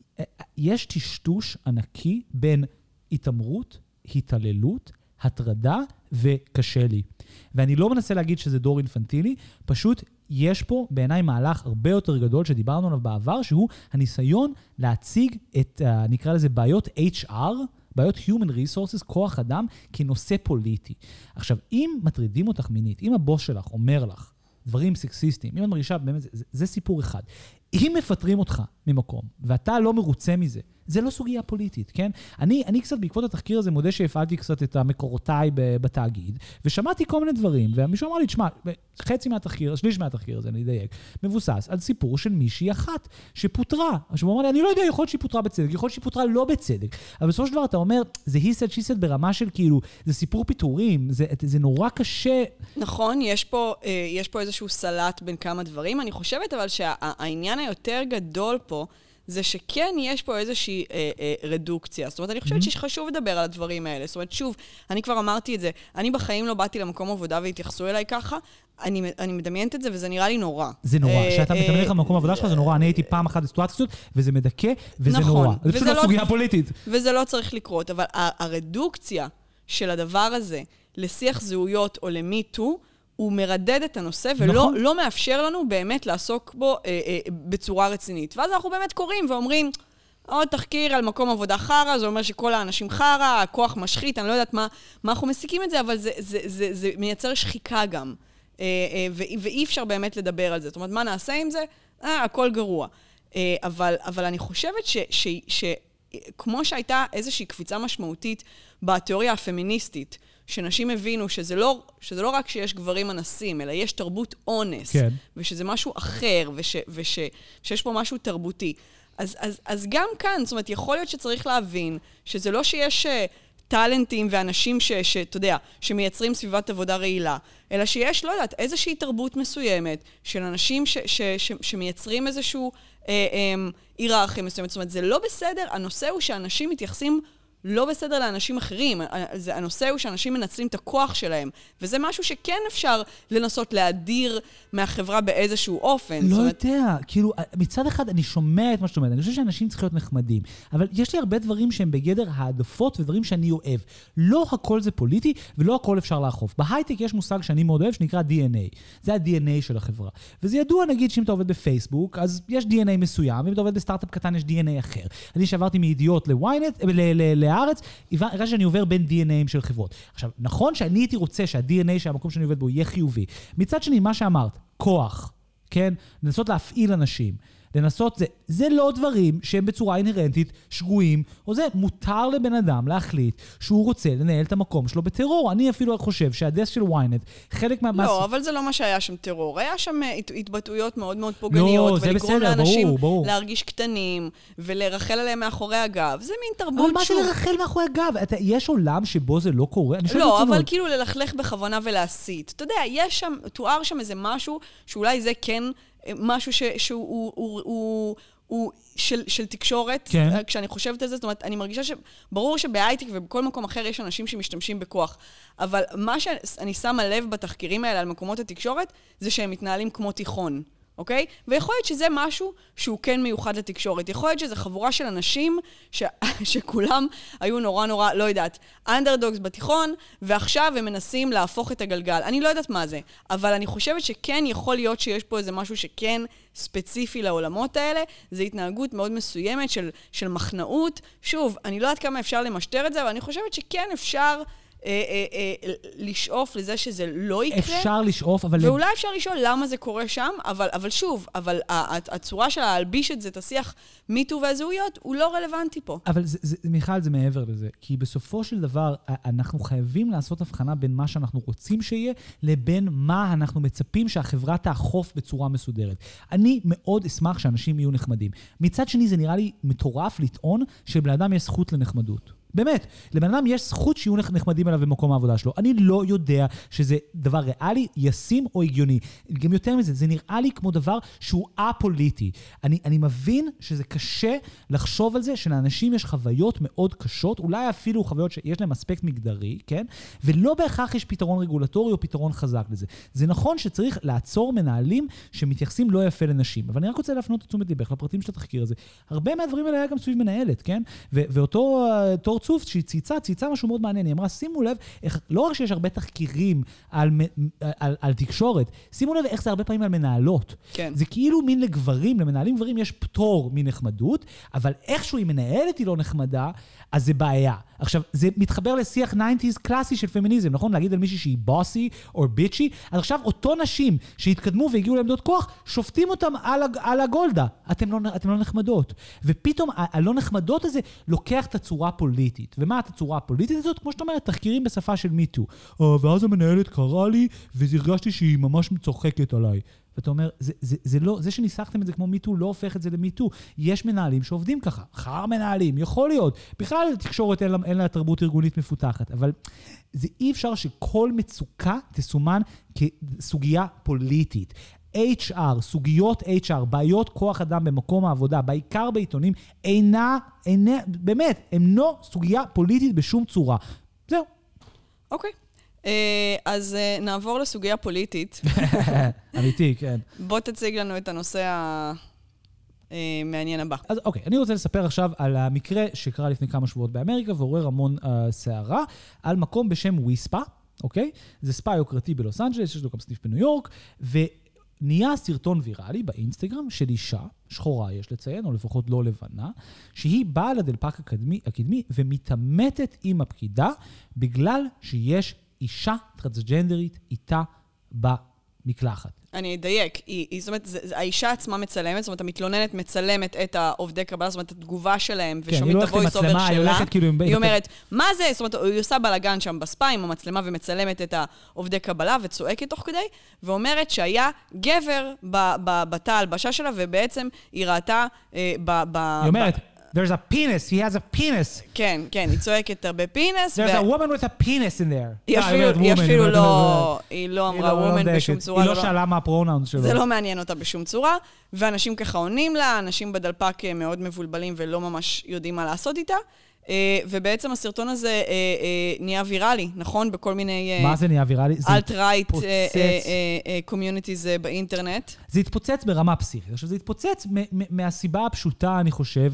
יש טשטוש ענקי בין התאמרות, התעללות, הטרדה וקשה לי. ואני לא מנסה להגיד שזה דור אינפנטילי, פשוט יש פה בעיניי מהלך הרבה יותר גדול שדיברנו עליו בעבר, שהוא הניסיון להציג את, נקרא לזה, בעיות אייץ' אר, בעיות Human Resources, כוח אדם, כנושא פוליטי. עכשיו, אם מטרידים אותך מינית, אם הבוס שלך אומר לך דברים סקסיסטיים, אם את מרגישה, באמת, זה, זה סיפור אחד. אם מפטרים אותך ממקום, ואתה לא מרוצה מזה, זה לא סוגיה פוליטית, כן? אני, אני קצת בעקבות התחקיר הזה מודה שהפעלתי קצת את המקורותיי בתאגיד, ושמעתי כל מיני דברים, ומישהו אמר לי, תשמע, חצי מהתחקיר, שליש מהתחקיר הזה, אני אדייק, מבוסס על סיפור של מישהי אחת שפוטרה. עכשיו הוא אמר לי, אני לא יודע, יכול להיות שהיא פוטרה בצדק, יכול להיות שהיא פוטרה לא בצדק, אבל בסופו של דבר אתה אומר, זה he said, she said ברמה של כאילו, זה סיפור פיטורים, זה, זה נורא קשה. נכון, יש פה, יש פה איזשהו סלט בין כמה דברים. אני חושבת אבל שהעניין היותר גדול פה, זה שכן יש פה איזושהי אה, אה, רדוקציה. זאת אומרת, אני חושבת שחשוב לדבר על הדברים האלה. זאת אומרת, שוב, אני כבר אמרתי את זה, אני בחיים לא באתי למקום עבודה והתייחסו אליי ככה, אני, אני מדמיינת את זה וזה נראה לי נורא. זה נורא, אה, שאתה אה, מתאמן לך במקום עבודה שלך, זה נורא. אני הייתי פעם אחת בסיטואציות, וזה מדכא, וזה נכון, נורא. זה פשוט לא סוגיה פוליטית. וזה לא צריך לקרות, אבל הרדוקציה של הדבר הזה לשיח זהויות או למיטו, הוא מרדד את הנושא, ולא נכון. לא מאפשר לנו באמת לעסוק בו אה, אה, בצורה רצינית. ואז אנחנו באמת קוראים ואומרים, עוד תחקיר על מקום עבודה חרה, זה אומר שכל האנשים חרה, הכוח משחית, אני לא יודעת מה, מה אנחנו מסיקים את זה, אבל זה, זה, זה, זה מייצר שחיקה גם. אה, אה, ואי אפשר באמת לדבר על זה. זאת אומרת, מה נעשה עם זה? אה, הכל גרוע. אה, אבל, אבל אני חושבת ש, ש, ש, כמו שהייתה איזושהי קפיצה משמעותית בתיאוריה הפמיניסטית, שנשים הבינו שזה לא, שזה לא רק שיש גברים אנסים, אלא יש תרבות אונס, כן. ושזה משהו אחר, וש, וש, ושיש פה משהו תרבותי. אז, אז, אז גם כאן, זאת אומרת, יכול להיות שצריך להבין שזה לא שיש טלנטים ואנשים ש, שאתה יודע, שמייצרים סביבת עבודה רעילה, אלא שיש, לא יודעת, איזושהי תרבות מסוימת של אנשים ש, ש, ש, שמייצרים איזשהו אה, אה, היררכיה מסוימת. זאת אומרת, זה לא בסדר, הנושא הוא שאנשים מתייחסים לא בסדר לאנשים אחרים. הנושא הוא שאנשים מנצלים את הכוח שלהם, וזה משהו שכן אפשר לנסות להדיר מהחברה באיזשהו אופן. לא יודע, כאילו, מצד אחד אני שומע את מה שאת אומרת, אני חושב שאנשים צריכים להיות נחמדים, אבל יש לי הרבה דברים שהם בגדר העדפות ודברים שאני אוהב. לא הכל זה פוליטי, ולא הכל אפשר לאכוף. בהייטק יש מושג שאני מאוד אוהב, שנקרא די אן איי. זה ה-די אן איי של החברה. וזה ידוע, נגיד, שאם אתה עובד בפייסבוק, אז יש די אן איי מסוים, ואם אתה עובד בסטארט-אפ קטן, יש די אן איי אחר. אני שעברתי מידיעות ל-Ynet, לארץ, הרגע שאני עובר בין די אן איי של חברות. עכשיו, נכון שאני הייתי רוצה שה-די אן איי שהמקום שאני עובד בו יהיה חיובי. מצד שני, מה שאמרת, כוח, כן? לנסות להפעיל אנשים. לנסות זה, זה לא דברים שהם בצורה אינהרנטית שגויים, או זה מותר לבן אדם להחליט שהוא רוצה לנהל את המקום שלו בטרור. אני אפילו חושב שהדסק של Ynet, חלק מה... לא, אבל זה לא מה שהיה שם טרור. היה שם התבטאויות מאוד מאוד פוגעניות, לא, זה ולגרום בסדר, לאנשים ברור, ברור. להרגיש קטנים, ולרחל עליהם מאחורי הגב. זה מין תרבות אבל מה זה לרחל מאחורי הגב? אתה, יש עולם שבו זה לא קורה? לא, אבל כאילו ללכלך בכוונה ולהסית. אתה יודע, יש שם, תואר שם איזה משהו, שאולי זה כן משהו ש, שהוא הוא, הוא, הוא, הוא של, של תקשורת, כן. כשאני חושבת על זה, זאת אומרת, אני מרגישה שברור שבהייטק ובכל מקום אחר יש אנשים שמשתמשים בכוח, אבל מה שאני שמה לב בתחקירים האלה על מקומות התקשורת, זה שהם מתנהלים כמו תיכון. אוקיי? ויכול להיות שזה משהו שהוא כן מיוחד לתקשורת. יכול להיות שזה חבורה של אנשים ש... שכולם היו נורא נורא, לא יודעת, אנדרדוגס בתיכון, ועכשיו הם מנסים להפוך את הגלגל. אני לא יודעת מה זה, אבל אני חושבת שכן יכול להיות שיש פה איזה משהו שכן ספציפי לעולמות האלה. זה התנהגות מאוד מסוימת של, של מחנאות. שוב, אני לא יודעת כמה אפשר למשטר את זה, אבל אני חושבת שכן אפשר... אה, אה, אה, לשאוף לזה שזה לא יקרה. אפשר לשאוף, אבל... ואולי אפשר לשאול למה זה קורה שם, אבל, אבל שוב, אבל הצורה של להלביש את זה, את השיח מיטו והזהויות, הוא לא רלוונטי פה. אבל זה, זה, מיכל, זה מעבר לזה. כי בסופו של דבר, אנחנו חייבים לעשות הבחנה בין מה שאנחנו רוצים שיהיה, לבין מה אנחנו מצפים שהחברה תאכוף בצורה מסודרת. אני מאוד אשמח שאנשים יהיו נחמדים. מצד שני, זה נראה לי מטורף לטעון שבן אדם יש זכות לנחמדות. באמת, לבן אדם יש זכות שיהיו נחמדים אליו במקום העבודה שלו. אני לא יודע שזה דבר ריאלי, ישים או הגיוני. גם יותר מזה, זה נראה לי כמו דבר שהוא א-פוליטי. אני, אני מבין שזה קשה לחשוב על זה, שלאנשים יש חוויות מאוד קשות, אולי אפילו חוויות שיש להם אספקט מגדרי, כן? ולא בהכרח יש פתרון רגולטורי או פתרון חזק לזה. זה נכון שצריך לעצור מנהלים שמתייחסים לא יפה לנשים. אבל אני רק רוצה להפנות את תשומת ליבך לפרטים של התחקיר הזה. הרבה מהדברים האלה היה גם סביב מנהלת, כן? ו- ואותו תור צוף שהיא צייצה, צייצה משהו מאוד מעניין. היא אמרה, שימו לב, איך, לא רק שיש הרבה תחקירים על, על, על, על תקשורת, שימו לב איך זה הרבה פעמים על מנהלות. כן. זה כאילו מין לגברים, למנהלים גברים יש פטור מנחמדות, אבל איכשהו היא מנהלת היא לא נחמדה, אז זה בעיה. עכשיו, זה מתחבר לשיח תשעים קלאסי של פמיניזם, נכון? להגיד על מישהי שהיא בוסי או ביצ'י, אז עכשיו אותו נשים שהתקדמו והגיעו לעמדות כוח, שופטים אותם על, על הגולדה. אתם לא, אתם לא נחמדות. ופתאום הלא נחמדות הזה לוקח את הצורה הפוליטית. ומה את הצורה הפוליטית הזאת? כמו שאת אומרת, תחקירים בשפה של מיטו. ואז המנהלת קראה לי, והרגשתי שהיא ממש צוחקת עליי. ואתה אומר, זה, זה, זה לא, זה שניסחתם את זה כמו מיטו, לא הופך את זה למיטו. יש מנהלים שעובדים ככה. חר מנהלים, יכול להיות. בכלל, תקשורת אין לה, אין לה תרבות ארגונית מפותחת. אבל זה אי אפשר שכל מצוקה תסומן כסוגיה פוליטית. אייץ' אר, סוגיות אייץ' אר, בעיות כוח אדם במקום העבודה, בעיקר בעיתונים, אינה, אינה, באמת, אינו סוגיה פוליטית בשום צורה. זהו. אוקיי. אז נעבור לסוגיה פוליטית. אמיתי, כן. בוא תציג לנו את הנושא המעניין הבא. אז אוקיי, אני רוצה לספר עכשיו על המקרה שקרה לפני כמה שבועות באמריקה, ועורר המון סערה, על מקום בשם וויספה, אוקיי? זה ספא יוקרתי בלוס אנג'לס, יש לו גם סניף בניו יורק, ונהיה סרטון ויראלי באינסטגרם של אישה, שחורה יש לציין, או לפחות לא לבנה, שהיא באה לדלפק הקדמי, הקדמי ומתעמתת עם הפקידה, בגלל שיש אישה טרנסג'נדרית איתה במקלחת. אני אדייק, היא, היא, זאת אומרת, זה, זה, האישה עצמה מצלמת, זאת אומרת, המתלוננת מצלמת את העובדי קבלה, זאת אומרת, התגובה שלהם, ושומעים את הוויס אובר שלה. כאילו היא אומרת, מה זה? זאת אומרת, היא עושה בלגן שם בספא עם המצלמה ומצלמת את העובדי קבלה וצועקת תוך כדי, ואומרת שהיה גבר בתא ההלבשה שלה, ובעצם היא ראתה אה, ב... ב היא אומרת, there's a penis, he has a penis. כן, כן, היא צועקת הרבה פינס. There's a woman with a penis in there. היא אפילו לא, היא לא אמרה woman בשום צורה. היא לא שאלה מה הפרונאונס שלו. זה לא מעניין אותה בשום צורה, ואנשים ככה עונים לה, אנשים בדלפק מאוד מבולבלים ולא ממש יודעים מה לעשות איתה, ובעצם הסרטון הזה נהיה ויראלי, נכון? בכל מיני... מה זה נהיה ויראלי? אלט-רייט קומיוניטיז באינטרנט. זה התפוצץ ברמה פסיכית. עכשיו, זה התפוצץ מהסיבה הפשוטה, אני חושב,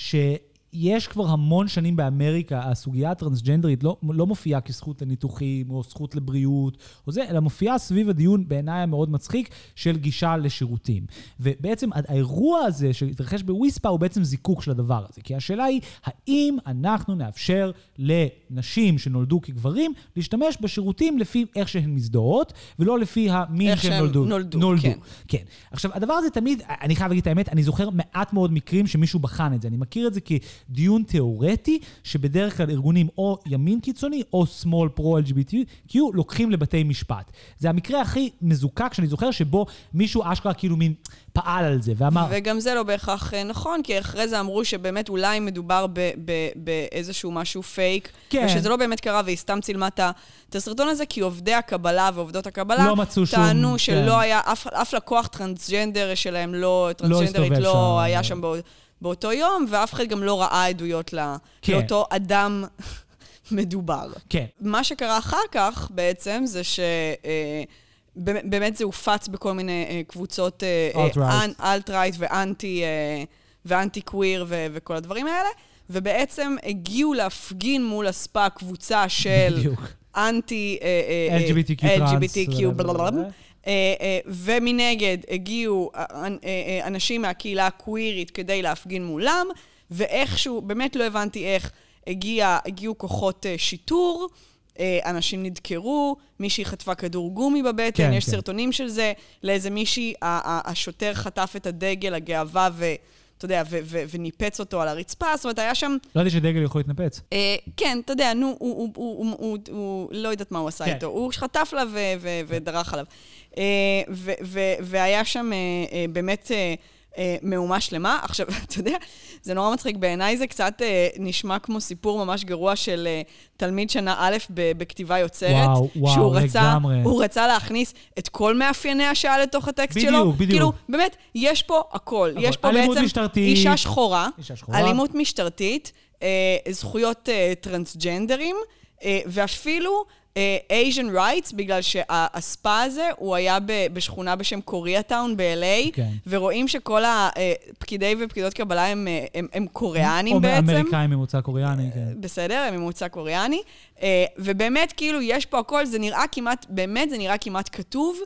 שיש כבר המון שנים באמריקה, הסוגיה הטרנסג'נדרית לא, לא מופיעה כזכות לניתוחים או זכות לבריאות, או זה, אלא מופיעה סביב הדיון בעיניי המאוד מצחיק של גישה לשירותים. ובעצם האירוע הזה שהתרחש בוויספה הוא בעצם זיקוק של הדבר הזה. כי השאלה היא, האם אנחנו נאפשר לנשים שנולדו כגברים להשתמש בשירותים לפי איך שהן מזדהות, ולא לפי המין שהן נולדו. נולדו, נולדו. כן. כן. עכשיו, הדבר הזה תמיד, אני חייב להגיד את האמת, אני זוכר מעט מאוד מקרים שמישהו בחן את זה. אני מכיר את זה כדיון תיאורטי, שבדרך כלל ארגונים או ימין קיצוני, או שמאל פרו-אל ג'י בי טי קיו, לוקחים לבתי משפט. זה המקרה הכי מזוקק שאני זוכר, שבו מישהו אשכרה כאילו מין פעל על זה, ואמר... וגם זה לא בהכרח נכון, כי אחרי זה אמרו שבאמת אולי מדובר באיזשהו משהו פייק, כן. ושזה לא באמת קרה, והיא סתם צילמה את הסרטון הזה, כי עובדי הקבלה ועובדות הקבלה, לא מצאו שום... טענו שלא כן. היה, אף, אף לקוח טרנסג'נדר שלהם, לא, טרנסג'נדרית לא, לא היה שם בא, באותו יום, ואף אחד גם לא ראה עדויות לא, כן. לאותו אדם מדובר. כן. מה שקרה אחר כך בעצם זה ש... באמת זה הופץ בכל מיני קבוצות אלט-רייט ואנטי ואנטי קוויר וכל הדברים האלה, ובעצם הגיעו להפגין מול הספא קבוצה של אנטי אל ג'י בי טי קיו ומנגד הגיעו אנשים מהקהילה הקווירית כדי להפגין מולם, ואיכשהו, באמת לא הבנתי איך, הגיעו כוחות שיטור, אנשים נדקרו, מישהי חטפה כדור גומי בבטן, כן, יש כן. סרטונים של זה, לאיזה מישהי, השוטר חטף את הדגל, הגאווה, ואתה יודע, ו- ו- וניפץ אותו על הרצפה, זאת אומרת, היה שם... לא יודעת שדגל יכול להתנפץ. אה, כן, אתה יודע, נו, הוא, הוא, הוא, הוא, הוא, הוא לא יודעת מה הוא עשה כן. איתו, הוא חטף לה ו- ו- ודרך עליו. אה, ו- ו- והיה שם אה, באמת... אה, אה, מהומה שלמה. עכשיו, אתה יודע, זה נורא מצחיק, בעיניי זה קצת אה, נשמע כמו סיפור ממש גרוע של אה, תלמיד שנה א' בכתיבה יוצרת, וואו, וואו, שהוא רצה, לגמרי. הוא רצה להכניס את כל מאפייני השעה לתוך הטקסט בדיוק, שלו. בדיוק. כאילו, באמת, יש פה הכל. הכל. יש פה אלימות בעצם משטרתית, אישה שחורה, אישה שחורה. אלימות משטרתית, אה, זכויות אה, טרנסג'נדרים, אה, ואפילו Asian rights, בגלל שהספה הזה, הוא היה בשכונה בשם קוריאטאון ב-אל איי, כן. ורואים שכל הפקידי ופקידות קבלה הם, הם, הם קוריאנים או בעצם. או אמריקאים ממוצא קוריאני, כן. בסדר, הם ממוצא קוריאני. ובאמת, כאילו, יש פה הכל, זה נראה כמעט, באמת זה נראה כמעט כתוב,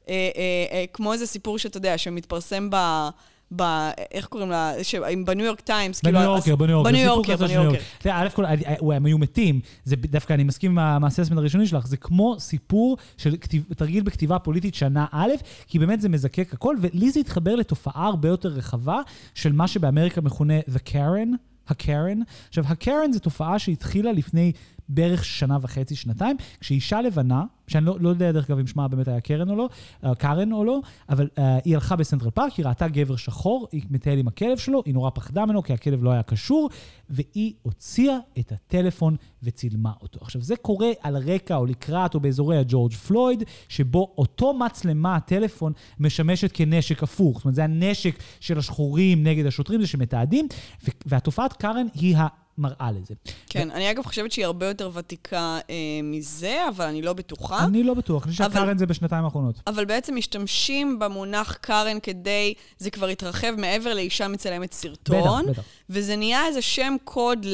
כמו איזה סיפור שאתה יודע, שמתפרסם ב... ב... איך קוראים לה? בניו יורק טיימס. בניו יורקר, בניו יורקר. בניו יורקר, בניו יורקר. אתה יודע, א' כל, הם היו מתים. זה דווקא, אני מסכים עם המאססמנט הראשוני שלך, זה כמו סיפור של תרגיל בכתיבה פוליטית שנה א', כי באמת זה מזקק הכל, ולי זה התחבר לתופעה הרבה יותר רחבה של מה שבאמריקה מכונה The Karen, הקרן. עכשיו, הקרן זה תופעה שהתחילה לפני בערך שנה וחצי, שנתיים, כשאישה לבנה, שאני לא, לא יודע דרך אגב אם שמה באמת היה קרן או לא, קרן או לא, אבל uh, היא הלכה בסנטרל פארק, היא ראתה גבר שחור, היא מטייל עם הכלב שלו, היא נורא פחדה ממנו, כי הכלב לא היה קשור, והיא הוציאה את הטלפון וצילמה אותו. עכשיו, זה קורה על רקע או לקראת או באזורי הג'ורג' פלויד, שבו אותו מצלמה, הטלפון, משמשת כנשק הפוך. זאת אומרת, זה הנשק של השחורים נגד השוטרים, זה שמתעדים, והתופעת קרן היא ה... מראה לזה. כן, אני אגב חושבת שהיא הרבה יותר ותיקה אה, מזה, אבל אני לא בטוחה. אני לא בטוח, אני חושב שקרן זה בשנתיים האחרונות. אבל בעצם משתמשים במונח קרן כדי, זה כבר התרחב מעבר לאישה מצלמת סרטון. בטח, בטח. וזה נהיה איזה שם קוד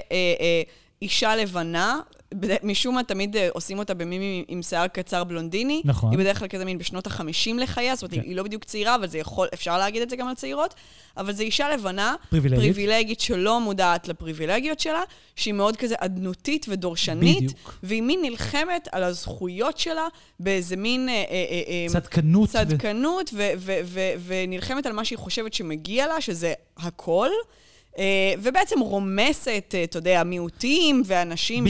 לאישה לבנה, משום מה תמיד עושים אותה במימי עם שיער קצר בלונדיני. נכון. היא בדרך כלל כזה מין בשנות החמישים לחייה, זאת אומרת, היא לא בדיוק צעירה, אבל זה יכול, אפשר להגיד את זה גם על צעירות, אבל זו אישה לבנה, פריבילגית. פריבילגית שלא מודעת לפריבילגיות שלה, שהיא מאוד כזה עדנותית ודורשנית, בדיוק. והיא מין נלחמת על הזכויות שלה, באיזה מין... צדקנות. צדקנות, ו- ו- ו- ונלחמת על מה שהיא חושבת שמגיע לה, שזה הכל. ובעצם רומסת, אתה יודע, מיעוטים ואנשים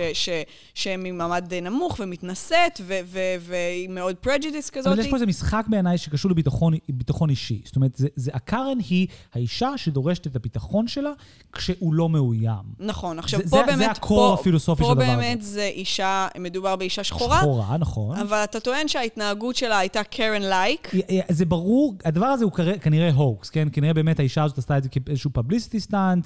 שהם ממעמד נמוך ומתנשאת, והיא מאוד פרג'ידיס כזאת. אבל יש פה איזה משחק בעיניי שקשור לביטחון אישי. זאת אומרת, הקרן היא האישה שדורשת את הביטחון שלה כשהוא לא מאוים. נכון. עכשיו, פה באמת... זה הקור הפילוסופי של הדבר הזה. פה באמת זה אישה, מדובר באישה שחורה. שחורה, נכון. אבל אתה טוען שההתנהגות שלה הייתה קרן לייק. זה ברור, הדבר הזה הוא כנראה הוקס, כן? כנראה באמת האישה הזאת עשתה את זה כאיזשהו פבליסיטי סטנט,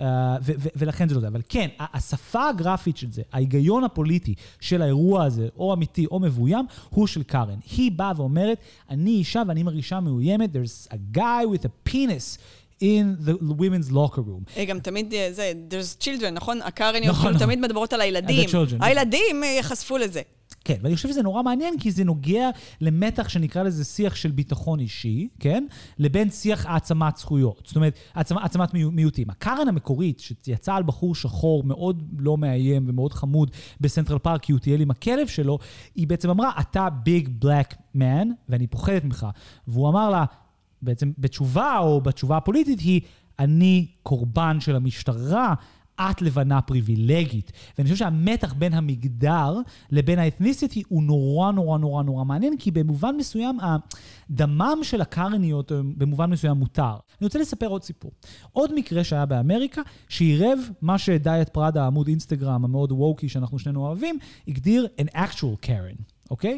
ולכן זה לא זה. אבל כן, השפה הגרפית של זה, ההיגיון הפוליטי של האירוע הזה, או אמיתי או מבוים, הוא של קרן. היא באה ואומרת, אני אישה ואני מרגישה מאוימת, there's a guy with a penis in the women's locker room. גם תמיד זה, there's children, נכון? הקרניות כאילו תמיד מדברות על הילדים. הילדים יחשפו לזה. כן, ואני חושב שזה נורא מעניין, כי זה נוגע למתח שנקרא לזה שיח של ביטחון אישי, כן? לבין שיח העצמת זכויות. זאת אומרת, העצמת, העצמת מיעוטים. הקרן המקורית, שיצא על בחור שחור מאוד לא מאיים ומאוד חמוד בסנטרל פארק, כי הוא טייל עם הכלב שלו, היא בעצם אמרה, אתה ביג בלק מן, ואני פוחדת ממך. והוא אמר לה, בעצם בתשובה או בתשובה הפוליטית, היא, אני קורבן של המשטרה, את לבנה פריבילגית. ואני חושב שהמתח בין המגדר לבין האתניסיטי הוא נורא נורא נורא נורא מעניין, כי במובן מסוים, הדמם של הקרניות במובן מסוים מותר. אני רוצה לספר עוד סיפור. עוד מקרה שהיה באמריקה, שעירב מה שדיאט פראדה, העמוד אינסטגרם המאוד ווקי שאנחנו שנינו אוהבים, הגדיר an actual Karen. אוקיי?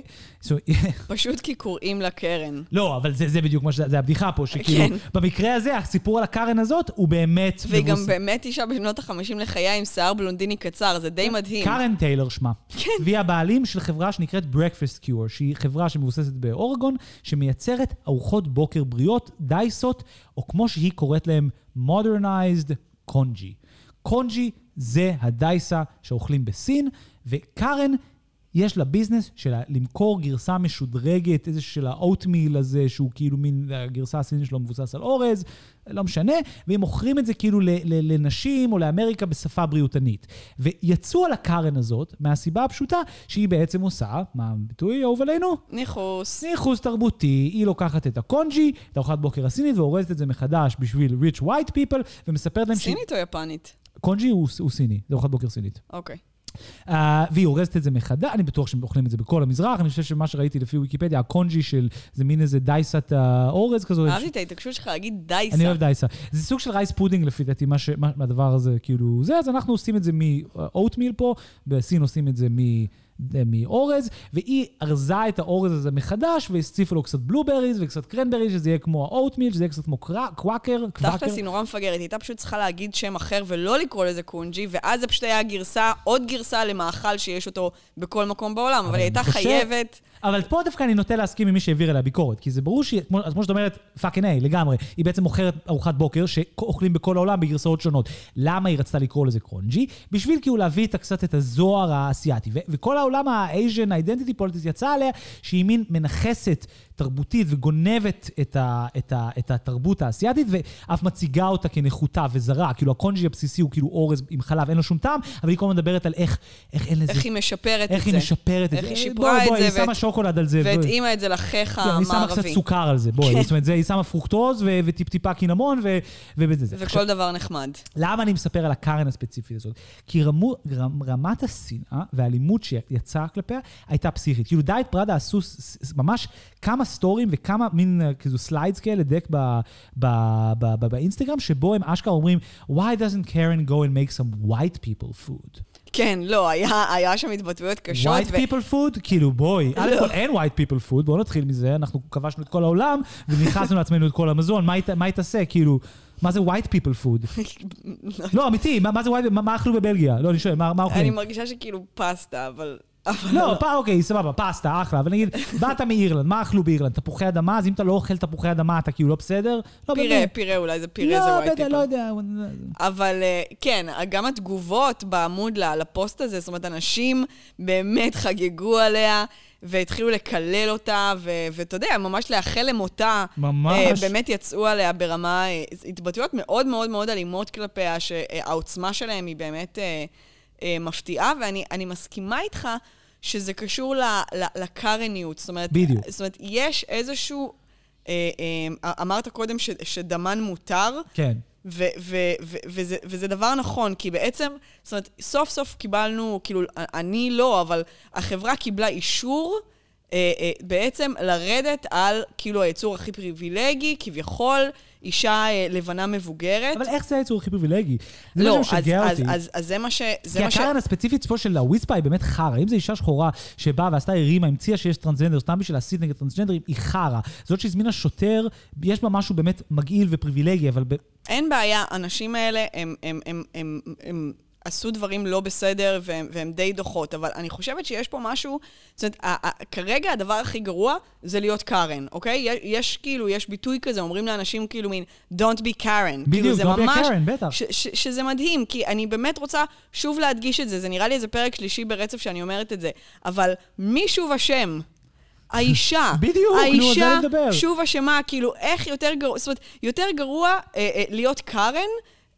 פשוט כי קוראים לה קרן. לא, אבל זה בדיוק מה שזה, זה הבדיחה פה, שכאילו, במקרה הזה, הסיפור על הקרן הזאת הוא באמת... והיא גם באמת אישה בשנות החמישים לחייה עם שיער בלונדיני קצר, זה די מדהים. קרן טיילר שמה. והיא הבעלים של חברה שנקראת Breakfast Cure, שהיא חברה שמבוססת באורגון, שמייצרת ארוחות בוקר בריאות, דייסות, או כמו שהיא קוראת להם, modernized קונג'י. קונג'י זה הדייסה שאוכלים בסין, וקרן יש לה ביזנס של למכור גרסה משודרגת, איזה של האוטמיל הזה, שהוא כאילו מין, הגרסה הסינית שלו מבוסס על אורז, לא משנה, והם מוכרים את זה כאילו לנשים או לאמריקה בשפה בריאותנית. ויצאו על הקרן הזאת, מהסיבה הפשוטה, שהיא בעצם עושה, מה הביטוי אהוב עלינו? ניחוס. ניחוס תרבותי, היא לוקחת את הקונג'י, את ארוחת בוקר הסינית, ואורזת את זה מחדש בשביל rich white people, ומספרת להם סינית ש... או יפנית? קונג'י הוא, הוא סיני, זה ארוחת בוקר סינית. אוקיי. Uh, והיא הורזת את זה מחדש, אני בטוח שהם אוכלים את זה בכל המזרח, אני חושב שמה שראיתי לפי ויקיפדיה, הקונג'י של, זה מין איזה דייסת uh, אורז כזו. אהבתי את ההתעקשות שלך להגיד דייסה. אני אוהב דייסה. זה סוג של רייס פודינג לפי דעתי, מה הדבר הזה כאילו זה, אז אנחנו עושים את זה מאוטמיל פה, בסין עושים את זה מ... מאורז, והיא ארזה את האורז הזה מחדש, והסציפה לו קצת בלובריז וקצת קרנבריז, שזה יהיה כמו האוטמיל, שזה יהיה קצת כמו קוואקר. תכלס היא נורא מפגרת, היא הייתה פשוט צריכה להגיד שם אחר ולא לקרוא לזה קונג'י, ואז זה פשוט היה גרסה, עוד גרסה למאכל שיש אותו בכל מקום בעולם, אבל היא הייתה חייבת... אבל פה דווקא אני נוטה להסכים עם מי שהעביר אליה ביקורת, כי זה ברור שהיא, כמו שאת אומרת, פאקינג איי, לגמרי, היא בעצם מוכרת ארוחת בוקר שאוכלים בכל העולם בגרסאות שונות. למה היא רצתה לקרוא לזה קונג'י? בשביל כאילו להביא קצת את הזוהר האסייתי. וכל העולם האייז'ן, האידנטיטי פוליטיס יצא עליה, שהיא מין מנחסת תרבותית וגונבת את, ה, את, ה, את התרבות האסייתית, ואף מציגה אותה כנחותה וזרה. כאילו הקונג'י הבסיסי הוא כאילו אורז עם חלב, אין לו שום טעם, אבל היא כל הזמן מדברת על איך, איך אין לזה... איך היא משפרת איך את היא זה. משפרת איך את היא זה. שיפרה את זה. היא שמה שוקולד על זה. והתאימה את זה לחיך המערבי. היא שמה קצת סוכר על זה. בואי, זאת אומרת, היא שמה פרוקטוז וטיפ-טיפה קינמון ובזה. וכל דבר נחמד. למה אני מספר על הקארן הספציפית הזאת? כי רמת השנאה והאלימות שיצאה כלפיה הייתה פסיכית. כאילו דייט פראדה עשו ממש כמה סטורים וכמה מין כזו סליידס כאלה דק באינסטגרם, שבו הם אשכרה אומרים, why doesn't Karen go and make some white people food? כן, לא, היה שם התבטאויות קשות. white people food? כאילו בואי, אין white people food, בואו נתחיל מזה, אנחנו כבשנו את כל העולם, וניחסנו לעצמנו את כל המזון, מה היא תעשה? כאילו, מה זה white people food? לא, אמיתי, מה זה white, מה אכלו בבלגיה? לא, אני שואל, מה אוכלים? אני מרגישה שכאילו פסטה, אבל... לא, אוקיי, סבבה, פסטה, אחלה, אבל נגיד, באת מאירלנד, מה אכלו באירלנד? תפוחי אדמה, אז אם אתה לא אוכל תפוחי אדמה, אתה כאילו לא בסדר? פירה, פירה, אולי זה פירה, זה white people. לא יודע. אבל כן, גם התגובות בעמוד לפוסט הזה, זאת אומרת, אנשים באמת חגגו עליה, והתחילו לקלל אותה, ואתה יודע, ממש לאחל למותה. ממש. באמת יצאו עליה ברמה, התבטאויות מאוד מאוד מאוד אלימות כלפיה, שהעוצמה שלהם היא באמת מפתיעה, ואני מסכימה איתך שזה קשור לקרניות. זאת אומרת, בדיוק. זאת אומרת, יש איזשהו, אמרת קודם שדמן מותר, כן. וזה דבר נכון, כי בעצם, זאת אומרת, סוף סוף קיבלנו, כאילו, אני לא, אבל החברה קיבלה אישור, בעצם לרדת על, כאילו, היצור הכי פריבילגי, כביכול, אישה לבנה מבוגרת. אבל איך זה היצור הכי פריבילגי? זה לא, מה שמשגע אותי. אז זה מה ש... כי הקרן הספציפית פה של הוויספה היא באמת חרה. אם זו אישה שחורה שבאה ועשתה הרימה, המציאה שיש טרנסג'נדר, סתם בשביל להסית נגד טרנסג'נדרים, היא חרה. זאת שהזמינה שוטר, יש בה משהו באמת מגעיל ופריבילגי, אבל... אין בעיה, האנשים האלה הם... הם, הם, הם, הם עשו דברים לא בסדר, והם, והם די דוחות, אבל אני חושבת שיש פה משהו, זאת אומרת, ה- ה- כרגע הדבר הכי גרוע זה להיות קארן, אוקיי? יש, יש כאילו, יש ביטוי כזה, אומרים לאנשים כאילו מין, don't be Karen. בדיוק, כאילו, don't be a Karen, בטח. ש- ש- שזה מדהים, כי אני באמת רוצה שוב להדגיש את זה, זה נראה לי איזה פרק שלישי ברצף שאני אומרת את זה, אבל מי שוב השם? האישה, בדיוק, האישה שוב השמה, כאילו, איך יותר גרוע, זאת אומרת, יותר גרוע אה, אה, להיות קארן,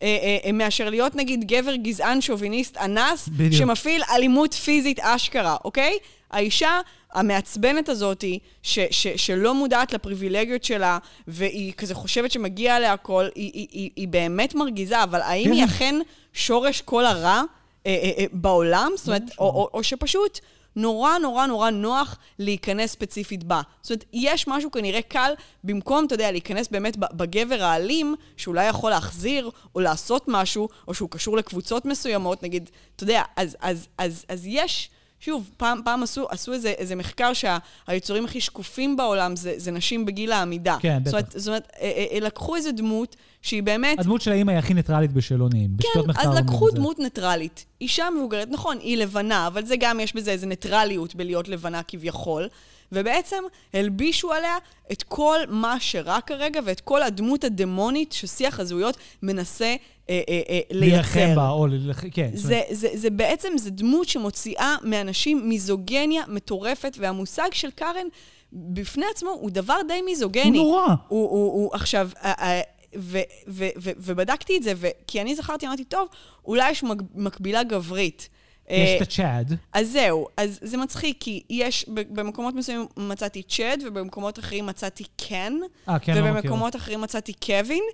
מאשר להיות נגיד גבר גזען שוביניסט אנס, שמפעיל אלימות פיזית אשכרה, אוקיי? האישה המעצבנת הזאת, ש, ש, שלא מודעת לפריבילגיות שלה, והיא כזה חושבת שמגיע עליה הכל, היא, היא, היא, היא באמת מרגיזה, אבל האם היא אכן שורש כל הרע אה, אה, אה, בעולם? זאת אומרת, או, או, או שפשוט... נורא נורא נורא נוח להיכנס ספציפית בה. זאת אומרת, יש משהו כנראה קל, במקום, אתה יודע, להיכנס באמת בגבר האלים, שאולי יכול להחזיר, או לעשות משהו, או שהוא קשור לקבוצות מסוימות, נגיד, אתה יודע, אז, אז, אז, אז יש, שוב, פעם, פעם עשו, עשו איזה, איזה מחקר שהיצורים הכי שקופים בעולם, זה, זה נשים בגיל העמידה. כן, בטח. זאת אומרת, זאת אומרת, לקחו איזה דמות, שהיא באמת... הדמות של האמא היא הכי ניטרלית בשאלונים. כן, אז לקחו דמות ניטרלית. אישה מבוגרת, נכון, היא לבנה, אבל זה גם, יש בזה איזו ניטרליות בלהיות לבנה כביכול, ובעצם הלבישו עליה את כל מה שרע כרגע, ואת כל הדמות הדמונית ששיח הזהויות מנסה אה, אה, אה, לייצר. להילחם בה, או כן. זה, זה, זה בעצם, זה דמות שמוציאה מאנשים מיזוגניה מטורפת, והמושג של קארן בפני עצמו הוא דבר די מיזוגני. הוא נורא. הוא, הוא, הוא עכשיו... ו- ו- ו- ובדקתי את זה, כי אני זכרתי, אמרתי, טוב, אולי יש מקבילה גברית. יש את הצ'אד. אז זהו, אז זה מצחיק, כי יש, במקומות מסוימים מצאתי צ'אד, ובמקומות אחרים מצאתי קן, ובמקומות אחרים מצאתי קווין,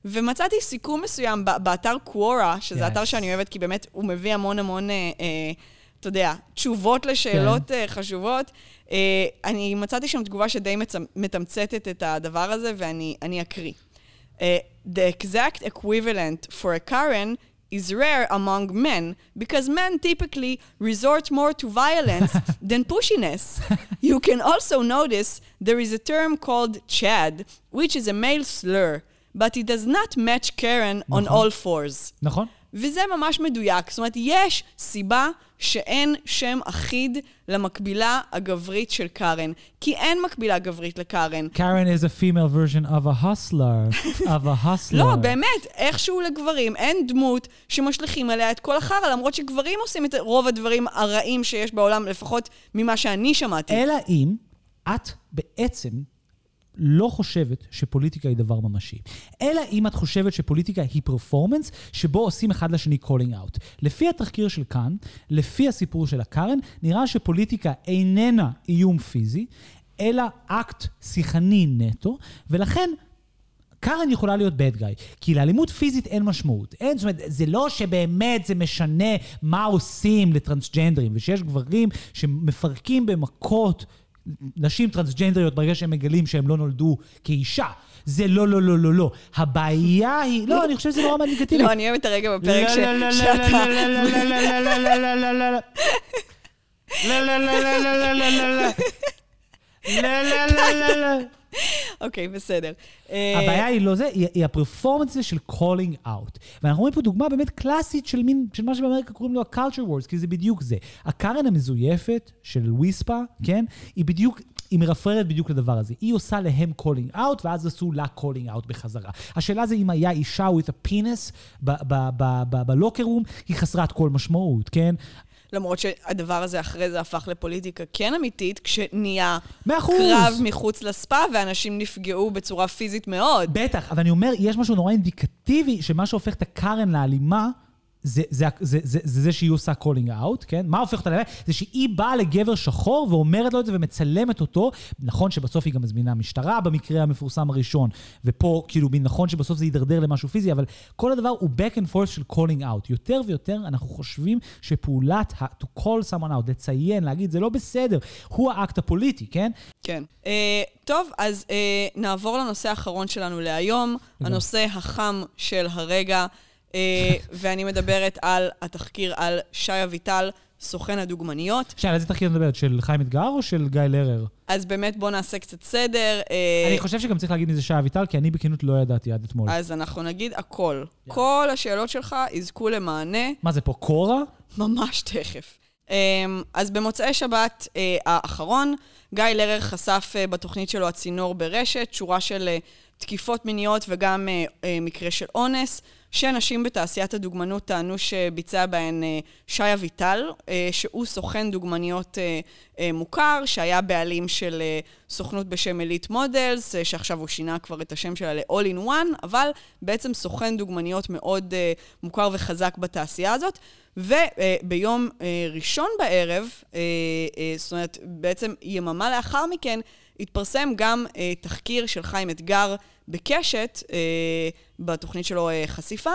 ומצאתי סיכום מסוים באתר קוורה, שזה Yes. אתר שאני אוהבת, כי באמת הוא מביא המון המון, אה, אה, אתה יודע, תשובות לשאלות אה, חשובות. אה, אני מצאתי שם תגובה שדי מתמצתת את הדבר הזה, ואני אני אקריא. Uh, the exact equivalent for a Karen is rare among men because men typically resort more to violence than pushiness. You can also notice there is a term called Chad, which is a male slur, but it does not match Karen on all fours. נכון. וזה ממש מדויק. זאת אומרת, יש סיבה שאין שם אחיד למקבילה הגברית של קארן. כי אין מקבילה גברית לקארן. Karen is a female version of a hustler. of a hustler. לא, באמת, איכשהו לגברים אין דמות שמשליכים עליה את כל החרא, למרות שגברים עושים את רוב הדברים הרעים שיש בעולם, לפחות ממה שאני שמעתי. אלא אם את בעצם לא חושבת שפוליטיקה היא דבר ממשי. אלא אם את חושבת שפוליטיקה היא פרפורמנס, שבו עושים אחד לשני calling out. לפי התחקיר של כאן, לפי הסיפור של הקארן, נראה שפוליטיקה איננה איום פיזי, אלא אקט שיחני נטו, ולכן קארן יכולה להיות bad guy, כי לאלימות פיזית אין משמעות. אין, זאת אומרת, זה לא שבאמת זה משנה מה עושים לטרנסג'נדרים, ושיש גברים שמפרקים במכות נשים טרנסג'נדריות ברגע שהם מגלים שהם לא נולדו כאישה. זה לא, לא, לא, לא, לא. הבעיה היא... לא, אני חושב שזה נורא מנגטיבי. לא, אני אוהבת את הרגע בפרק שאתה... לא, לא, לא, לא, לא, לא, לא, לא, לא, לא. לא, לא, לא, לא, לא, לא, לא, לא. לא, לא, לא, לא, לא. אוקיי, בסדר. הבעיה היא לא זה, היא הפרפורמנס של calling out. ואנחנו רואים פה דוגמה באמת קלאסית של מין, של מה שבאמריקה קוראים לו ה-culture wars, כי זה בדיוק זה. הקארן המזויפת של וויספה, כן? היא בדיוק, היא מרפררת בדיוק לדבר הזה. היא עושה להם calling out, ואז עשו לה calling out בחזרה. השאלה זה אם היה אישה with a penis בלוקר רום, היא חסרת כל משמעות, כן? למרות שהדבר הזה אחרי זה הפך לפוליטיקה כן אמיתית, כשנהיה מאחוז. קרב מחוץ לספה, ואנשים נפגעו בצורה פיזית מאוד. בטח, אבל אני אומר, יש משהו נורא אינדיקטיבי, שמה שהופך את הקארן לאלימה, זה, זה, זה, זה, זה, זה שהיא עושה calling out, כן? מה הופך אותה לאלימה? זה שהיא באה לגבר שחור, ואומרת לו את זה, ומצלמת אותו. נכון שבסוף היא גם מזמינה משטרה, במקרה המפורסם הראשון, ופה כאילו, נכון שבסוף זה יידרדר למשהו פיזי, אבל כל הדבר הוא back and forth של calling out. יותר ויותר אנחנו חושבים שפעולת ה- to call someone out, לציין, להגיד, זה לא בסדר, הוא האקט הפוליטי, כן? כן. Uh, טוב, אז uh, נעבור לנושא האחרון שלנו להיום, הנושא החם של הרגע, ואני מדברת על התחקיר על שי אביטל, סוכן הדוגמניות. שי, על איזה תחקיר מדברת? של חיים אתגר או של גיא לרר? אז באמת בוא נעשה קצת סדר. אני חושב שגם צריך להגיד מזה שי אביטל, כי אני בכנות לא ידעתי עד אתמול. אז אנחנו נגיד הכל. כל השאלות שלך יזכו למענה. מה זה פה, קורה? ממש תכף. אז במוצאי שבת האחרון, גיא לרר חשף בתוכנית שלו הצינור ברשת, שורה של תקיפות מיניות וגם מקרה של אונס, שאנשים בתעשיית הדוגמנות טענו שביצע בהן שי אביטל, שהוא סוכן דוגמניות מוכר, שהיה בעלים של סוכנות בשם אליט מודלס, שעכשיו הוא שינה כבר את השם שלה ל-all in one, אבל בעצם סוכן דוגמניות מאוד מוכר וחזק בתעשייה הזאת. וביום ראשון בערב, זאת אומרת, בעצם יממה לאחר מכן, התפרסם גם תחקיר של חיים אתגר בקשת, בתוכנית שלו חשיפה,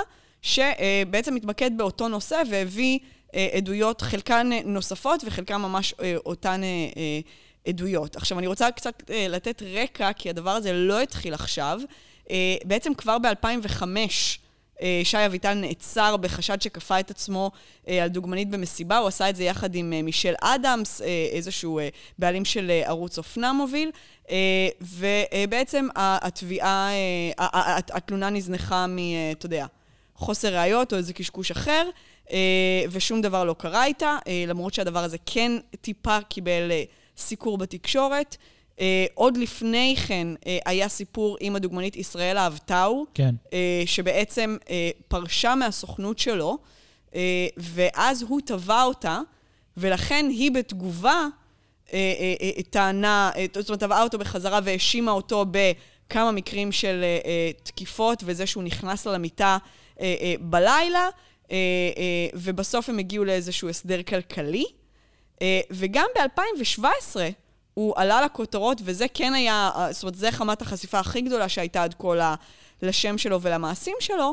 שבעצם מתמקד באותו נושא והביא עדויות, חלקן נוספות וחלקן ממש אותן עדויות. עכשיו, אני רוצה קצת לתת רקע, כי הדבר הזה לא התחיל עכשיו. בעצם כבר ב-אלפיים וחמש, שי אביטל נעצר בחשד שכפה את עצמו על דוגמנית במסיבה, הוא עשה את זה יחד עם מישל אדמס, איזשהו בעלים של ערוץ אופנה מוביל, ובעצם התביעה, התלונה נזנחה מ, אתה יודע, חוסר ראיות או איזה קשקוש אחר, ושום דבר לא קרה איתה, למרות שהדבר הזה כן טיפה קיבל סיקור בתקשורת. Uh, עוד לפני כן uh, היה סיפור עם הדוגמנית ישראל אהבתאו, כן. uh, שבעצם uh, פרשה מהסוכנות שלו, uh, ואז הוא טבע אותה, ולכן היא בתגובה uh, uh, uh, טענה, uh, זאת אומרת, טבעה אותו בחזרה והאשימה אותו בכמה מקרים של uh, uh, תקיפות, וזה שהוא נכנס לה למיטה uh, uh, בלילה, uh, uh, ובסוף הם הגיעו לאיזשהו הסדר כלכלי, uh, וגם ב-אלפיים שבע עשרה, הוא עלה לכותרות, וזה כן היה, זאת אומרת, זה חמת החשיפה הכי גדולה שהייתה עד כל לשם שלו ולמעשים שלו,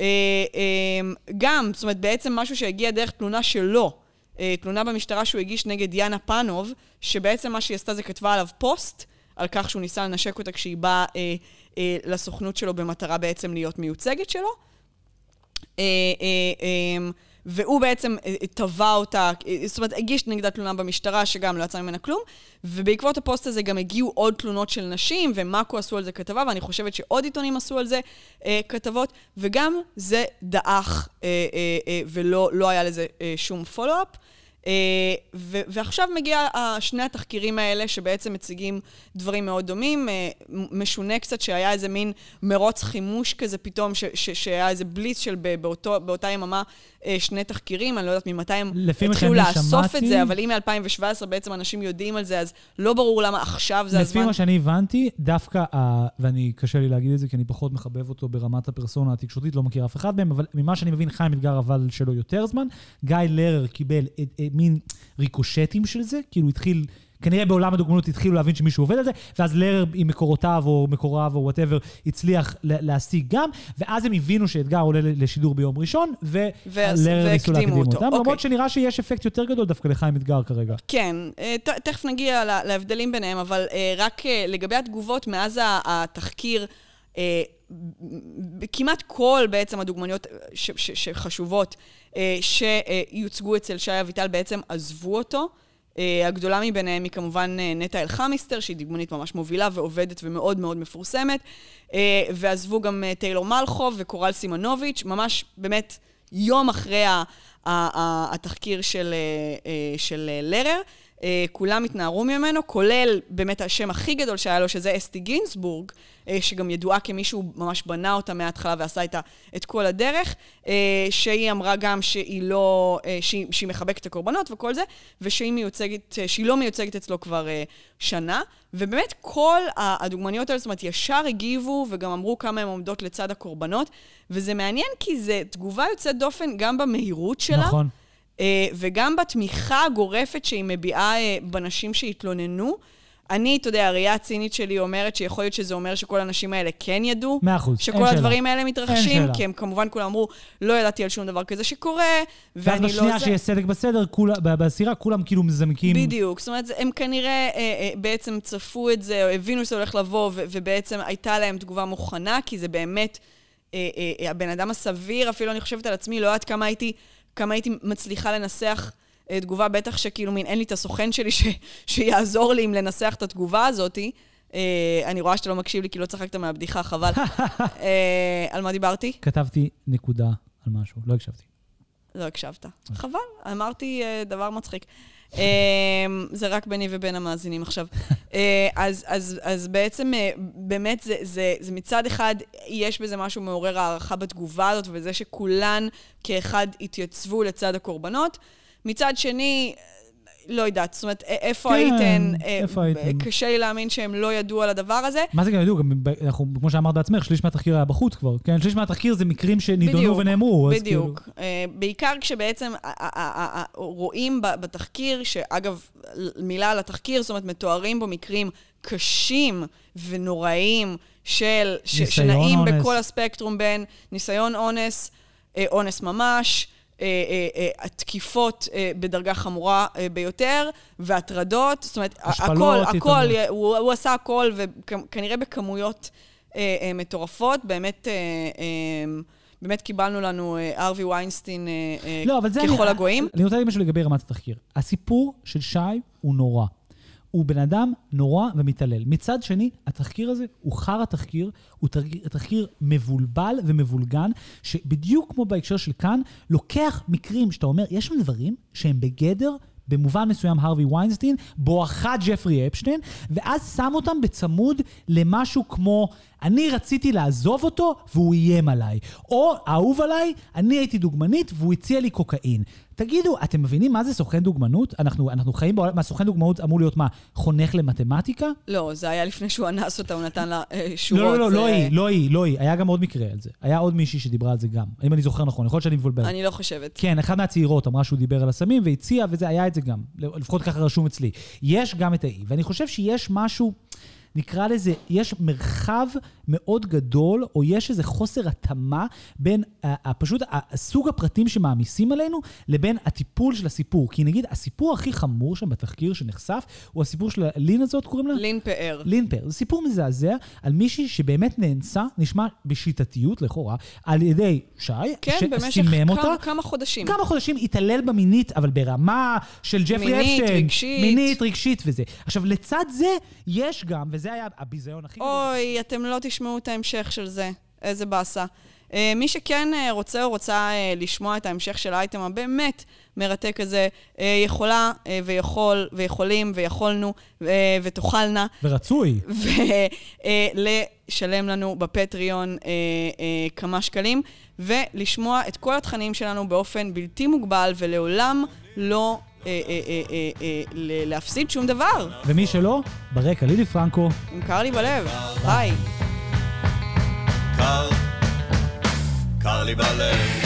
גם, זאת אומרת, בעצם משהו שהגיע דרך תלונה שלו, תלונה במשטרה שהוא הגיש נגד יאנה פאנוב, שבעצם מה שהיא עשתה זה כתבה עליו פוסט, על כך שהוא ניסה לנשק אותה כשהיא באה אה, אה, לסוכנות שלו במטרה בעצם להיות מיוצגת שלו. אה, אה, אה, והוא בעצם טבע אותה, זאת אומרת, הגיש נגדה תלונה במשטרה שגם לא יצא ממנה כלום, ובעקבות הפוסט הזה גם הגיעו עוד תלונות של נשים, ומאקו עשו על זה כתבה, ואני חושבת שעוד עיתונים עשו על זה אה, כתבות, וגם זה דאח, אה, אה, אה, ולא לא היה לזה אה, שום פולו-אפ. ו- ועכשיו מגיע שני התחקירים האלה שבעצם מציגים דברים מאוד דומים, משונה קצת שהיה איזה מין מרוץ חימוש כזה פתאום, ש- ש- שהיה איזה בליץ של באותו, באותה יממה שני תחקירים, אני לא יודעת ממתי הם התחילו לאסוף שמעתי... את זה, אבל אם מ-אלפיים שבע עשרה בעצם אנשים יודעים על זה, אז לא ברור למה עכשיו זה הזמן. לפי מה שאני הבנתי, דווקא, ואני קשה לי להגיד את זה, כי אני פחות מחבב אותו ברמת הפרסונה התקשורתית, לא מכיר אף אחד מהם, אבל ממה שאני מבין, חיים אתגר אבל שלו יותר זמן, גיא לרר קיבל את, את, מין ריקושטים של זה, כאילו התחיל, כנראה בעולם הדוגמנות התחילו להבין שמישהו עובד על זה, ואז לרר עם מקורותיו או מקוריו או whatever, הצליח להשיג גם, ואז הם הבינו שאתגר עולה לשידור ביום ראשון, ולרר ניסו להקדים אותו. אותם, אוקיי. למרות שנראה שיש אפקט יותר גדול דווקא לחיים אתגר כרגע. כן, ת, תכף נגיע להבדלים ביניהם, אבל רק לגבי התגובות מאז התחקיר, כמעט כל בעצם הדוגמניות ש, ש, שחשובות שיוצגו אצל שי אביטל בעצם עזבו אותו. הגדולה מביניהם היא כמובן נטע אלחמיסטר, שהיא דוגמנית ממש מובילה ועובדת ומאוד מאוד מפורסמת, ועזבו גם טיילור מלכוב וקורל סימנוביץ', ממש באמת יום אחרי התחקיר של, של לרר, כולם התנערו ממנו, כולל באמת השם הכי גדול שהיה לו, שזה אסתי גינסבורג, שגם ידועה כמישהו ממש בנה אותה מההתחלה ועשה איתה את כל הדרך, שהיא אמרה גם שהיא לא, שהיא, שהיא מחבקת את הקורבנות וכל זה, ושהיא מיוצגת, שהיא לא מיוצגת אצלו כבר שנה, ובאמת כל הדוגמניות האלה, זאת אומרת, ישר הגיבו וגם אמרו כמה הן עומדות לצד הקורבנות, וזה מעניין כי זה תגובה יוצאת דופן גם במהירות שלה, נכון. וגם בתמיכה הגורפת שהיא מביעה בנשים שהתלוננו. אני, אתה יודע, הראייה הצינית שלי אומרת שיכול להיות שזה אומר שכל האנשים האלה כן ידעו, שכל הדברים האלה מתרחשים, כי הם כמובן כולם אמרו, לא ידעתי על שום דבר כזה שקורה, ואני לא... ואז בשנייה שיש סדק בסדר, בסירה כולם כאילו מזמקים. בדיוק, זאת אומרת, הם כנראה בעצם צפו את זה, או הבינו שזה הולך לבוא, ובעצם הייתה להם תגובה מוכנה, כי זה באמת, הבן אדם הסביר, אפילו אני חושבת על עצמי, לא יודעת כמה הייתי... כמה הייתי מצליחה לנסח תגובה, בטח שכאילו מין אין לי את הסוכן שלי ש, שיעזור לי אם לנסח את התגובה הזאת. אני רואה שאתה לא מקשיב לי כי לא צחקת מהבדיחה, חבל. על מה דיברתי? כתבתי נקודה על משהו, לא הקשבתי. לא הקשבת. חבל, אמרתי דבר מצחיק. זה רק ביני ובין המאזינים עכשיו. אז, אז, אז בעצם באמת זה, זה, זה מצד אחד, יש בזה משהו מעורר הערכה בתגובה הזאת, וזה שכולן כאחד התייצבו לצד הקורבנות. מצד שני, לא יודעת, זאת אומרת, איפה הייתן, קשה לי להאמין שהם לא ידעו על הדבר הזה. מה זה גם ידעו? אנחנו, כמו שאמרת בעצמך, שליש מהתחקיר היה בחוץ כבר. כן, שליש מהתחקיר זה מקרים שנידונו ונאמרו. בדיוק. בעיקר כשבעצם רואים בתחקיר, שאגב, מילה על התחקיר, זאת אומרת, מתוארים בו מקרים קשים ונוראים של, שנעים בכל הספקטרום בין ניסיון אונס, אונס ממש, התקיפות בדרגה חמורה ביותר, והטרדות, זאת אומרת, הכל, הכל, הוא, הוא עשה הכל, וכנראה בכמויות מטורפות, באמת, באמת קיבלנו לנו ארווי ויינסטיין ככל הגויים. אני רוצה להגיד משהו לגבי רמת התחקיר. הסיפור של שי הוא נורא. הוא בן אדם נורא ומתעלל. מצד שני, התחקיר הזה הוא חר התחקיר, הוא תחקיר מבולבל ומבולגן, שבדיוק כמו בהקשר של כאן, לוקח מקרים שאתה אומר, יש שם דברים שהם בגדר, במובן מסוים הרווי ויינסטיין, בואכה ג'פרי אפשטיין, ואז שם אותם בצמוד למשהו כמו אני רציתי לעזוב אותו והוא איים עליי. או, אהוב עליי, אני הייתי דוגמנית והוא הציע לי קוקאין. תגידו, אתם מבינים מה זה סוכן דוגמנות? אנחנו, אנחנו חיים בעולם, מה סוכן דוגמנות אמור להיות מה? חונך למתמטיקה? לא, זה היה לפני שהוא אנס אותה, הוא נתן לה אה, שורות. לא, לא, לא, זה... לא היא, לא היא, לא היא. היה גם עוד מקרה על זה. היה עוד מישהי שדיברה על זה גם. אם אני זוכר נכון, יכול להיות שאני מבולבל. אני לא חושבת. כן, אחד מהצעירות אמרה שהוא דיבר על הסמים והציע, וזה היה את זה גם. לפחות ככה רשום אצלי. יש גם את האי, ואני חושב שיש משהו... נקרא לזה, יש מרחב מאוד גדול, או יש איזה חוסר התאמה בין uh, פשוט הסוג הפרטים שמעמיסים עלינו, לבין הטיפול של הסיפור. כי נגיד, הסיפור הכי חמור שם בתחקיר שנחשף, הוא הסיפור של לין הזאת, קוראים לה? לין פאר. לין פאר. זה סיפור מזעזע על מישהי שבאמת נאנסה, נשמע בשיטתיות לכאורה, על ידי שי, כן, במשך כמה, כמה חודשים. כמה חודשים התעלל במינית, אבל ברמה של ג'פרי מינית, אפשטיין. רגשית. מינית, רגשית וזה. עכשיו, לצד זה, יש גם, וזה היה הביזיון הכי גדול. אוי, אתם לא תשמעו את ההמשך של זה. איזה באסה. Uh, מי שכן uh, רוצה או רוצה uh, לשמוע את ההמשך של האייטם הבאמת מרתק הזה, uh, יכולה uh, ויכול ויכולים ויכולנו uh, ותוכלנה. ורצוי. ולשלם uh, לנו בפטריון uh, uh, כמה שקלים, ולשמוע את כל התכנים שלנו באופן בלתי מוגבל, ולעולם לא uh, uh, uh, uh, uh, להפסיד שום דבר. ומי שלא, ברקע לילי פרנקו. עם קר לי בלב. ביי. קר, קר לי בלב.